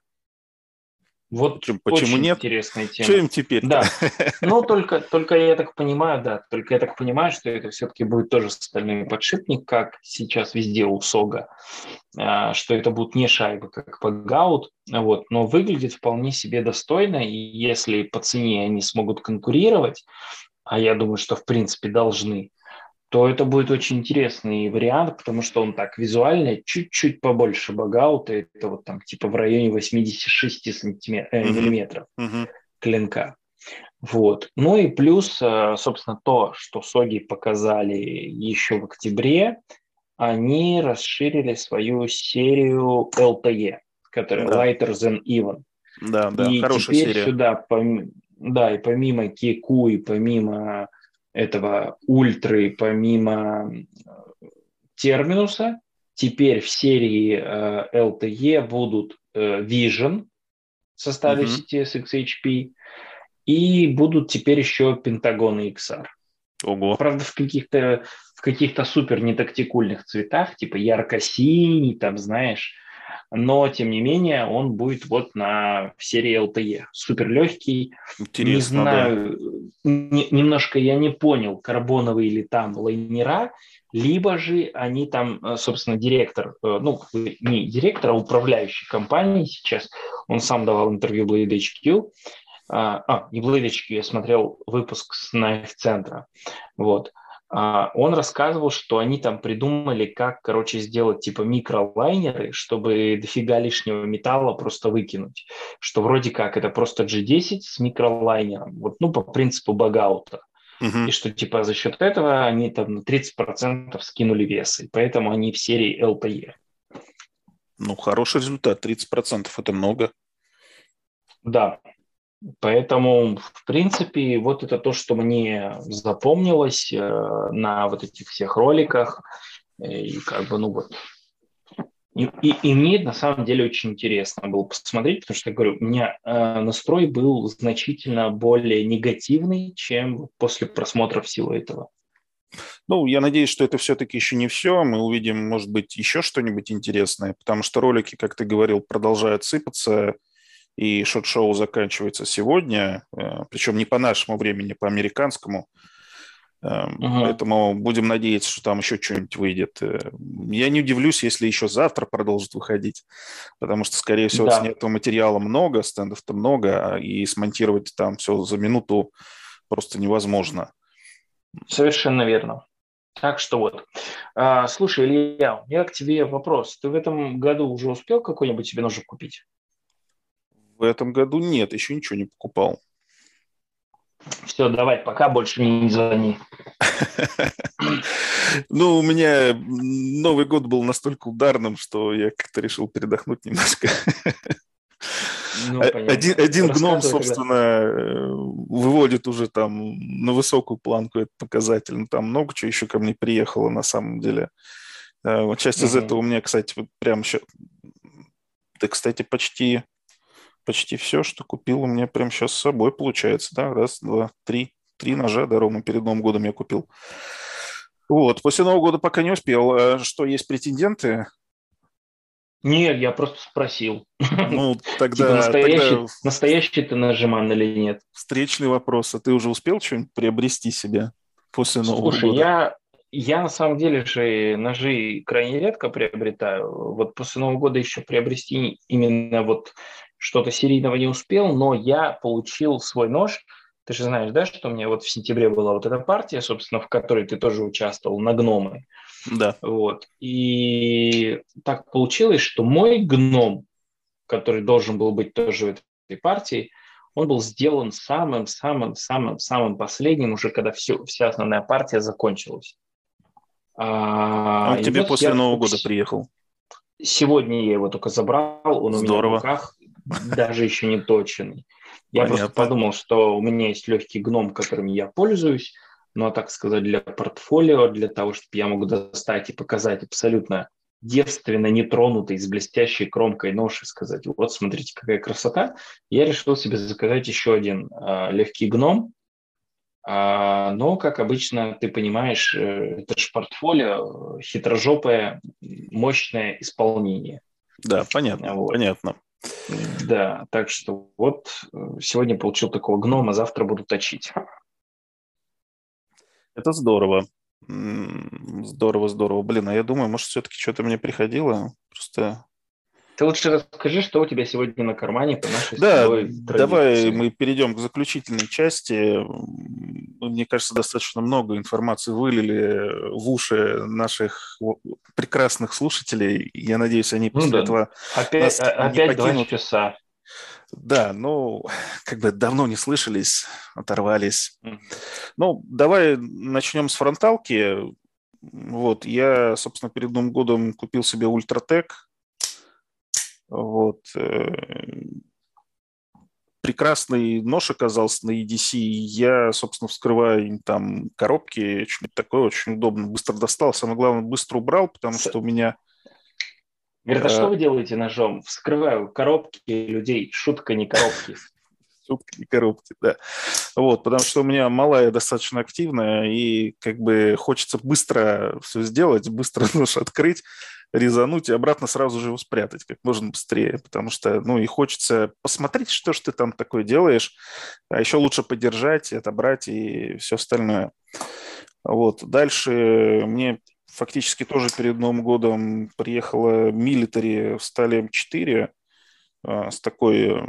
Вот
Почему, почему
очень
нет?
интересная
Что
тема.
им теперь-то?
Да, но только, только я так понимаю, да, только я так понимаю, что это все-таки будет тоже стальной подшипник, как сейчас везде у сога, а, что это будут не шайбы, как багаут, вот, но выглядит вполне себе достойно, и если по цене они смогут конкурировать, а я думаю, что в принципе должны, то это будет очень интересный вариант, потому что он так визуально чуть-чуть побольше багаута, это вот там типа в районе восемьдесят шесть сантиметров, э,
Мгм.
миллиметров
Мгм.
клинка. Вот. Ну и плюс, э, собственно, то, что соги показали еще в октябре, они расширили свою серию эл ти и, которая
Да,
Lighter Than Even.
да, да,
И
хорошая
теперь
серия.
сюда, пом- да, и помимо Кику, и помимо этого ультры, помимо терминуса, теперь в серии э, эл ти и будут э, Vision в составе
Угу.
си ти эс икс эйч пи и будут теперь еще Пентагон икс ар.
Ого.
Правда, в каких-то в каких-то супер нетактикульных цветах, типа ярко-синий, там, знаешь, но, тем не менее, он будет вот на в серии эл ти и. Супер легкий. Не
Интересно, да.
знаю, не, немножко я не понял, карбоновые ли там лайнера, либо же они там, э, собственно, директор, э, ну, не директор, а управляющий компанией сейчас, он сам давал интервью Blade эйч кью, а, а, не Blade эйч кью, я смотрел выпуск с Knife-центра, вот. А, он рассказывал, что они там придумали, как, короче, сделать типа микролайнеры, чтобы дофига лишнего металла просто выкинуть. Что вроде как это просто джи десять с микролайнером, вот, ну, по принципу багаута.
Угу.
И что типа за счет этого они там на тридцать процентов скинули вес, и поэтому они в серии эл ти и.
Ну, хороший результат. тридцать процентов это много.
Да, поэтому, в принципе, вот это то, что мне запомнилось э, на вот этих всех роликах. И как бы, ну вот. И, и, и мне на самом деле очень интересно было посмотреть, потому что, я говорю, у меня э, настрой был значительно более негативный, чем после просмотра всего этого.
Ну, я надеюсь, что это все-таки еще не все. Мы увидим, может быть, еще что-нибудь интересное, потому что ролики, как ты говорил, продолжают сыпаться, и шот-шоу заканчивается сегодня, э, причем не по нашему времени, по американскому. Эм,
Угу.
Поэтому будем надеяться, что там еще что-нибудь выйдет. Э, Я не удивлюсь, если еще завтра продолжит выходить, потому что, скорее всего,
Да,
снятого материала много, стендов-то много, а и смонтировать там все за минуту просто невозможно.
совершенно верно. Так что вот. А, слушай, Илья, у меня к тебе вопрос. Ты в этом году уже успел какой-нибудь себе ножик купить?
В этом году нет, еще ничего не покупал.
Все, давай, пока больше мне не звони.
Ну, у меня Новый год был настолько ударным, что я как-то решил передохнуть немножко.
Ну,
Один,
понятно.
один гном,
Рассказывай тогда.
собственно, э, выводит уже там на высокую планку этот показатель. Ну, там много чего еще ко мне приехало на самом деле. Э, Вот часть из
Мгм.
этого у меня, кстати, вот прям сейчас... Да, кстати, почти, почти все, что купил, у меня прям сейчас с собой получается. Да? Раз, два, три. Три ножа, да, ровно перед Новым годом я купил. Вот, после Нового года пока не успел. А что, есть претенденты?
Нет, я просто спросил.
Ну,
Типа
тогда, тогда
настоящий, настоящий ты нажиман или нет?
встречный вопрос. А ты уже успел что-нибудь приобрести себе после Нового
Слушай,
года?
я, я на самом деле же ножи крайне редко приобретаю. Вот после Нового года еще приобрести именно вот что-то серийного не успел, но я получил свой нож. Ты же знаешь, да, что у меня вот в сентябре была вот эта партия, собственно, в которой ты тоже участвовал, на гномы.
Да.
Вот. И так получилось, что мой гном, который должен был быть тоже в этой партии, он был сделан самым-самым-самым-самым последним, уже когда все, вся основная партия закончилась.
Он
А,
к
и
тебе
вот
после
я
Нового
только
года
с-
приехал.
сегодня я его только забрал, он у меня в
Здорово.
руках, даже еще не точенный. Я просто
Понятно.
подумал, что у меня есть легкий гном, которым я пользуюсь, но, так сказать, для портфолио, для того, чтобы я мог достать и показать абсолютно девственно нетронутый, с блестящей кромкой нож и сказать, вот, смотрите, какая красота, я решил себе заказать еще один а, легкий гном. А, но, как обычно, ты понимаешь, э, это же портфолио, э, хитрожопое, мощное исполнение.
Да, понятно,
Вот.
понятно.
Да, так что вот э, сегодня получил такого гнома, завтра буду точить.
Это здорово. М, Здорово, здорово. Блин, а я думаю, может, все-таки что-то мне приходило. Просто...
Ты лучше расскажи, что у тебя сегодня на кармане по нашей с
Да,
тобой
давай
традиции.
мы перейдем к заключительной части. М, Мы, мне кажется, достаточно много информации вылили в уши наших в- прекрасных слушателей. Я надеюсь, они
Ну
после
да,
этого
опять,
нас
а-
не
опять два
покинут.
часа.
Да, ну, как бы давно не слышались, оторвались.
Мгм.
Ну, давай начнем с фронталки. Вот, я, собственно, перед Новым годом купил себе Ультратек. Вот. э, прекрасный нож оказался на и ди си. Я, собственно, вскрываю там коробки, что-нибудь такое, очень удобно. Быстро достал, самое главное, быстро убрал, потому что у меня...
Говорит, а что вы делаете ножом? Вскрываю коробки людей. Шутка, не коробки.
Шутка, не коробки, да. Вот, потому что у меня малая достаточно активная, и как бы хочется быстро все сделать, быстро нож открыть, резануть и обратно сразу же его спрятать как можно быстрее, потому что, ну, и хочется посмотреть, что ж ты там такое делаешь, а еще лучше подержать, отобрать и все остальное. Вот. Дальше мне фактически тоже перед Новым годом приехала Military в стали эм четыре с такой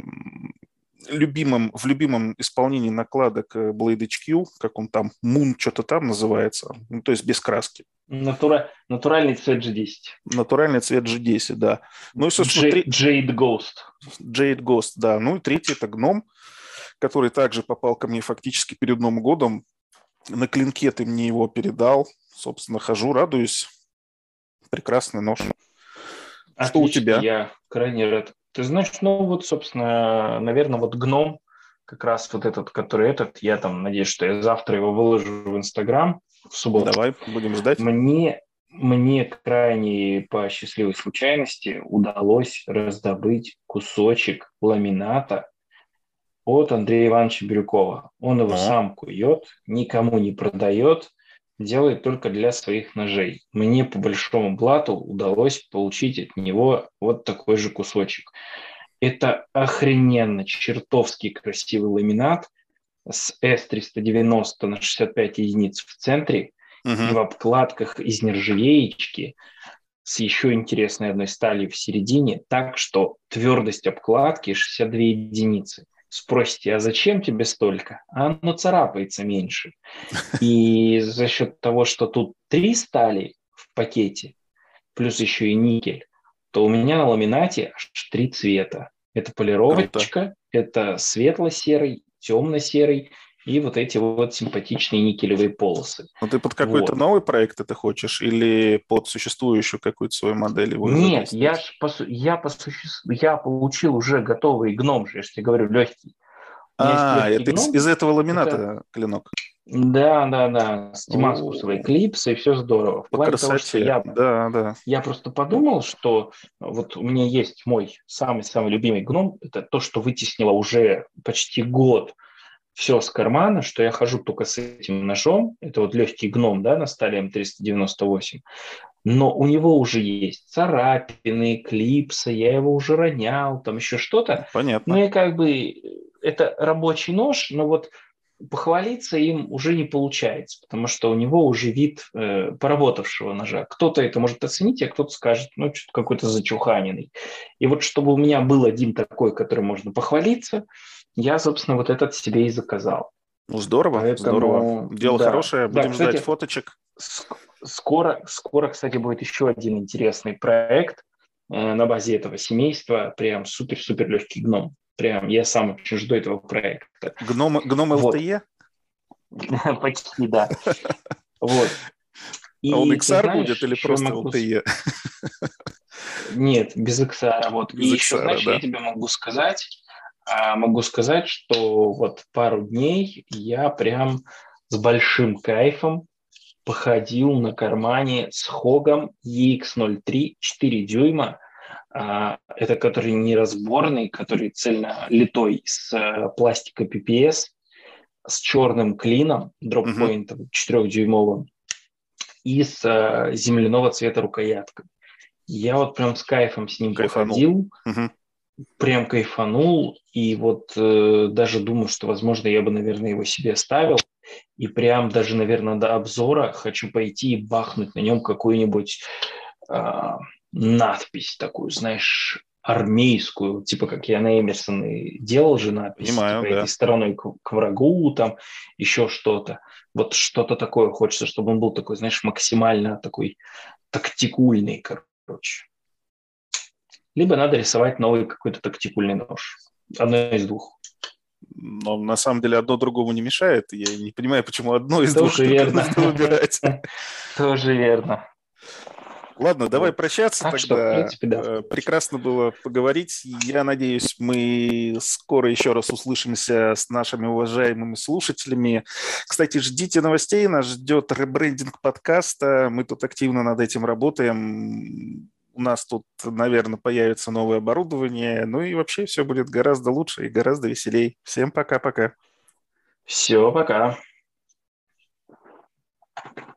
любимым, в любимом исполнении накладок Blade эйч кью, как он там, Moon что-то там называется, ну, то есть без краски.
Натура... Натуральный цвет джи десять.
Натуральный цвет джи десять, да. Ну и, собственно,
Jade, три... Jade Ghost.
Jade Ghost, да. Ну и третий – это гном, который также попал ко мне фактически перед Новым годом. На клинке ты мне его передал. Собственно, хожу, радуюсь. Прекрасный нож.
Отлично,
что у тебя?
Я крайне рад. Ты знаешь, ну вот, собственно, наверное, вот гном, как раз вот этот, который этот, я там надеюсь, что я завтра его выложу в Инстаграм в субботу.
Давай, будем ждать.
Мне, мне крайне по счастливой случайности удалось раздобыть кусочек ламината от Андрея Ивановича Бирюкова. Он его
О.
сам кует, никому не продает, делает только для своих ножей. Мне по большому блату удалось получить от него вот такой же кусочек. Это охрененно чертовски красивый ламинат с эс триста девяносто на шестьдесят пять единиц в центре, угу. И в обкладках из нержавеечки с еще интересной одной сталью в середине, так что твердость обкладки шестьдесят две единицы. Спросите, а зачем тебе столько? А оно царапается меньше. И за счет того, что тут три стали в пакете, плюс еще и никель, то у меня на ламинате аж три цвета. Это полировочка, Круто. Это светло-серый, темно-серый и вот эти вот симпатичные никелевые полосы.
Ну ты под какой-то вот. новый проект это хочешь или под существующую какую-то свою модель его
Нет, я, ж по, я, по существу, я получил уже готовый гном же, я же тебе говорю, легкий.
А, это гном, из, из этого ламината это... клинок?
Да, да, да, с демаскусовой клипсой, все здорово. В
По
плане
красоте.
того, что я,
да, да.
я просто подумал, что вот у меня есть мой самый-самый любимый гном, это то, что вытеснило уже почти год все с кармана, что я хожу только с этим ножом, это вот легкий гном, да, на стали эм триста девяносто восемь, но у него уже есть царапины, клипсы, я его уже ронял, там еще что-то.
Понятно.
Ну и как бы это рабочий нож, но вот похвалиться им уже не получается, потому что у него уже вид э, поработавшего ножа. Кто-то это может оценить, а кто-то скажет, ну, что-то какой-то зачуханенный. И вот чтобы у меня был один такой, который можно похвалиться, я, собственно, вот этот себе и заказал.
Ну, здорово, Поэтому, здорово. Дело да. хорошее, будем да, кстати, ждать фоточек.
Скоро, скоро, кстати, будет еще один интересный проект э, на базе этого семейства. Прям супер-супер легкий гном. Прям я сам очень жду этого проекта.
Гном, гном эл тэ е?
Почти, да. Вот.
А он икс ар будет или просто эл тэ е?
Нет, без икс ар. Вот. И еще, знаешь, я тебе могу сказать, могу сказать, что вот пару дней я прям с большим кайфом походил на кармане с Хогом и икс ноль три четыре дюйма. Это который неразборный, который цельно литой с пластика пи пи эс, с черным клином, дроппоинтом uh-huh. четырёхдюймовым и с земляного цвета рукояткой. Я вот прям с кайфом с ним кайфанул. походил, uh-huh. прям кайфанул, и вот э, даже думаю, что, возможно, я бы, наверное, его себе оставил, и прям даже, наверное, до обзора хочу пойти и бахнуть на нем какую-нибудь э, надпись такую, знаешь, армейскую, типа как я на Эмерсоне делал же надпись,
Понимаю,
типа
да.
этой стороной к, к врагу, там еще что-то. Вот что-то такое хочется, чтобы он был такой, знаешь, максимально такой тактикульный, короче. Либо надо рисовать новый какой-то тактикульный нож. Одно из двух.
Но на самом деле одно другому не мешает. Я не понимаю, почему одно из
Тоже
двух
верно.
нужно выбирать.
Тоже верно.
Ладно, давай
Вот.
прощаться
Так что, в
тогда.
принципе, да.
Прекрасно было поговорить. Я надеюсь, мы скоро еще раз услышимся с нашими уважаемыми слушателями. Кстати, ждите новостей. Нас ждет ребрендинг подкаста. Мы тут активно над этим работаем. У нас тут, наверное, появится новое оборудование. Ну и вообще все будет гораздо лучше и гораздо веселей. Всем пока-пока.
Все, пока.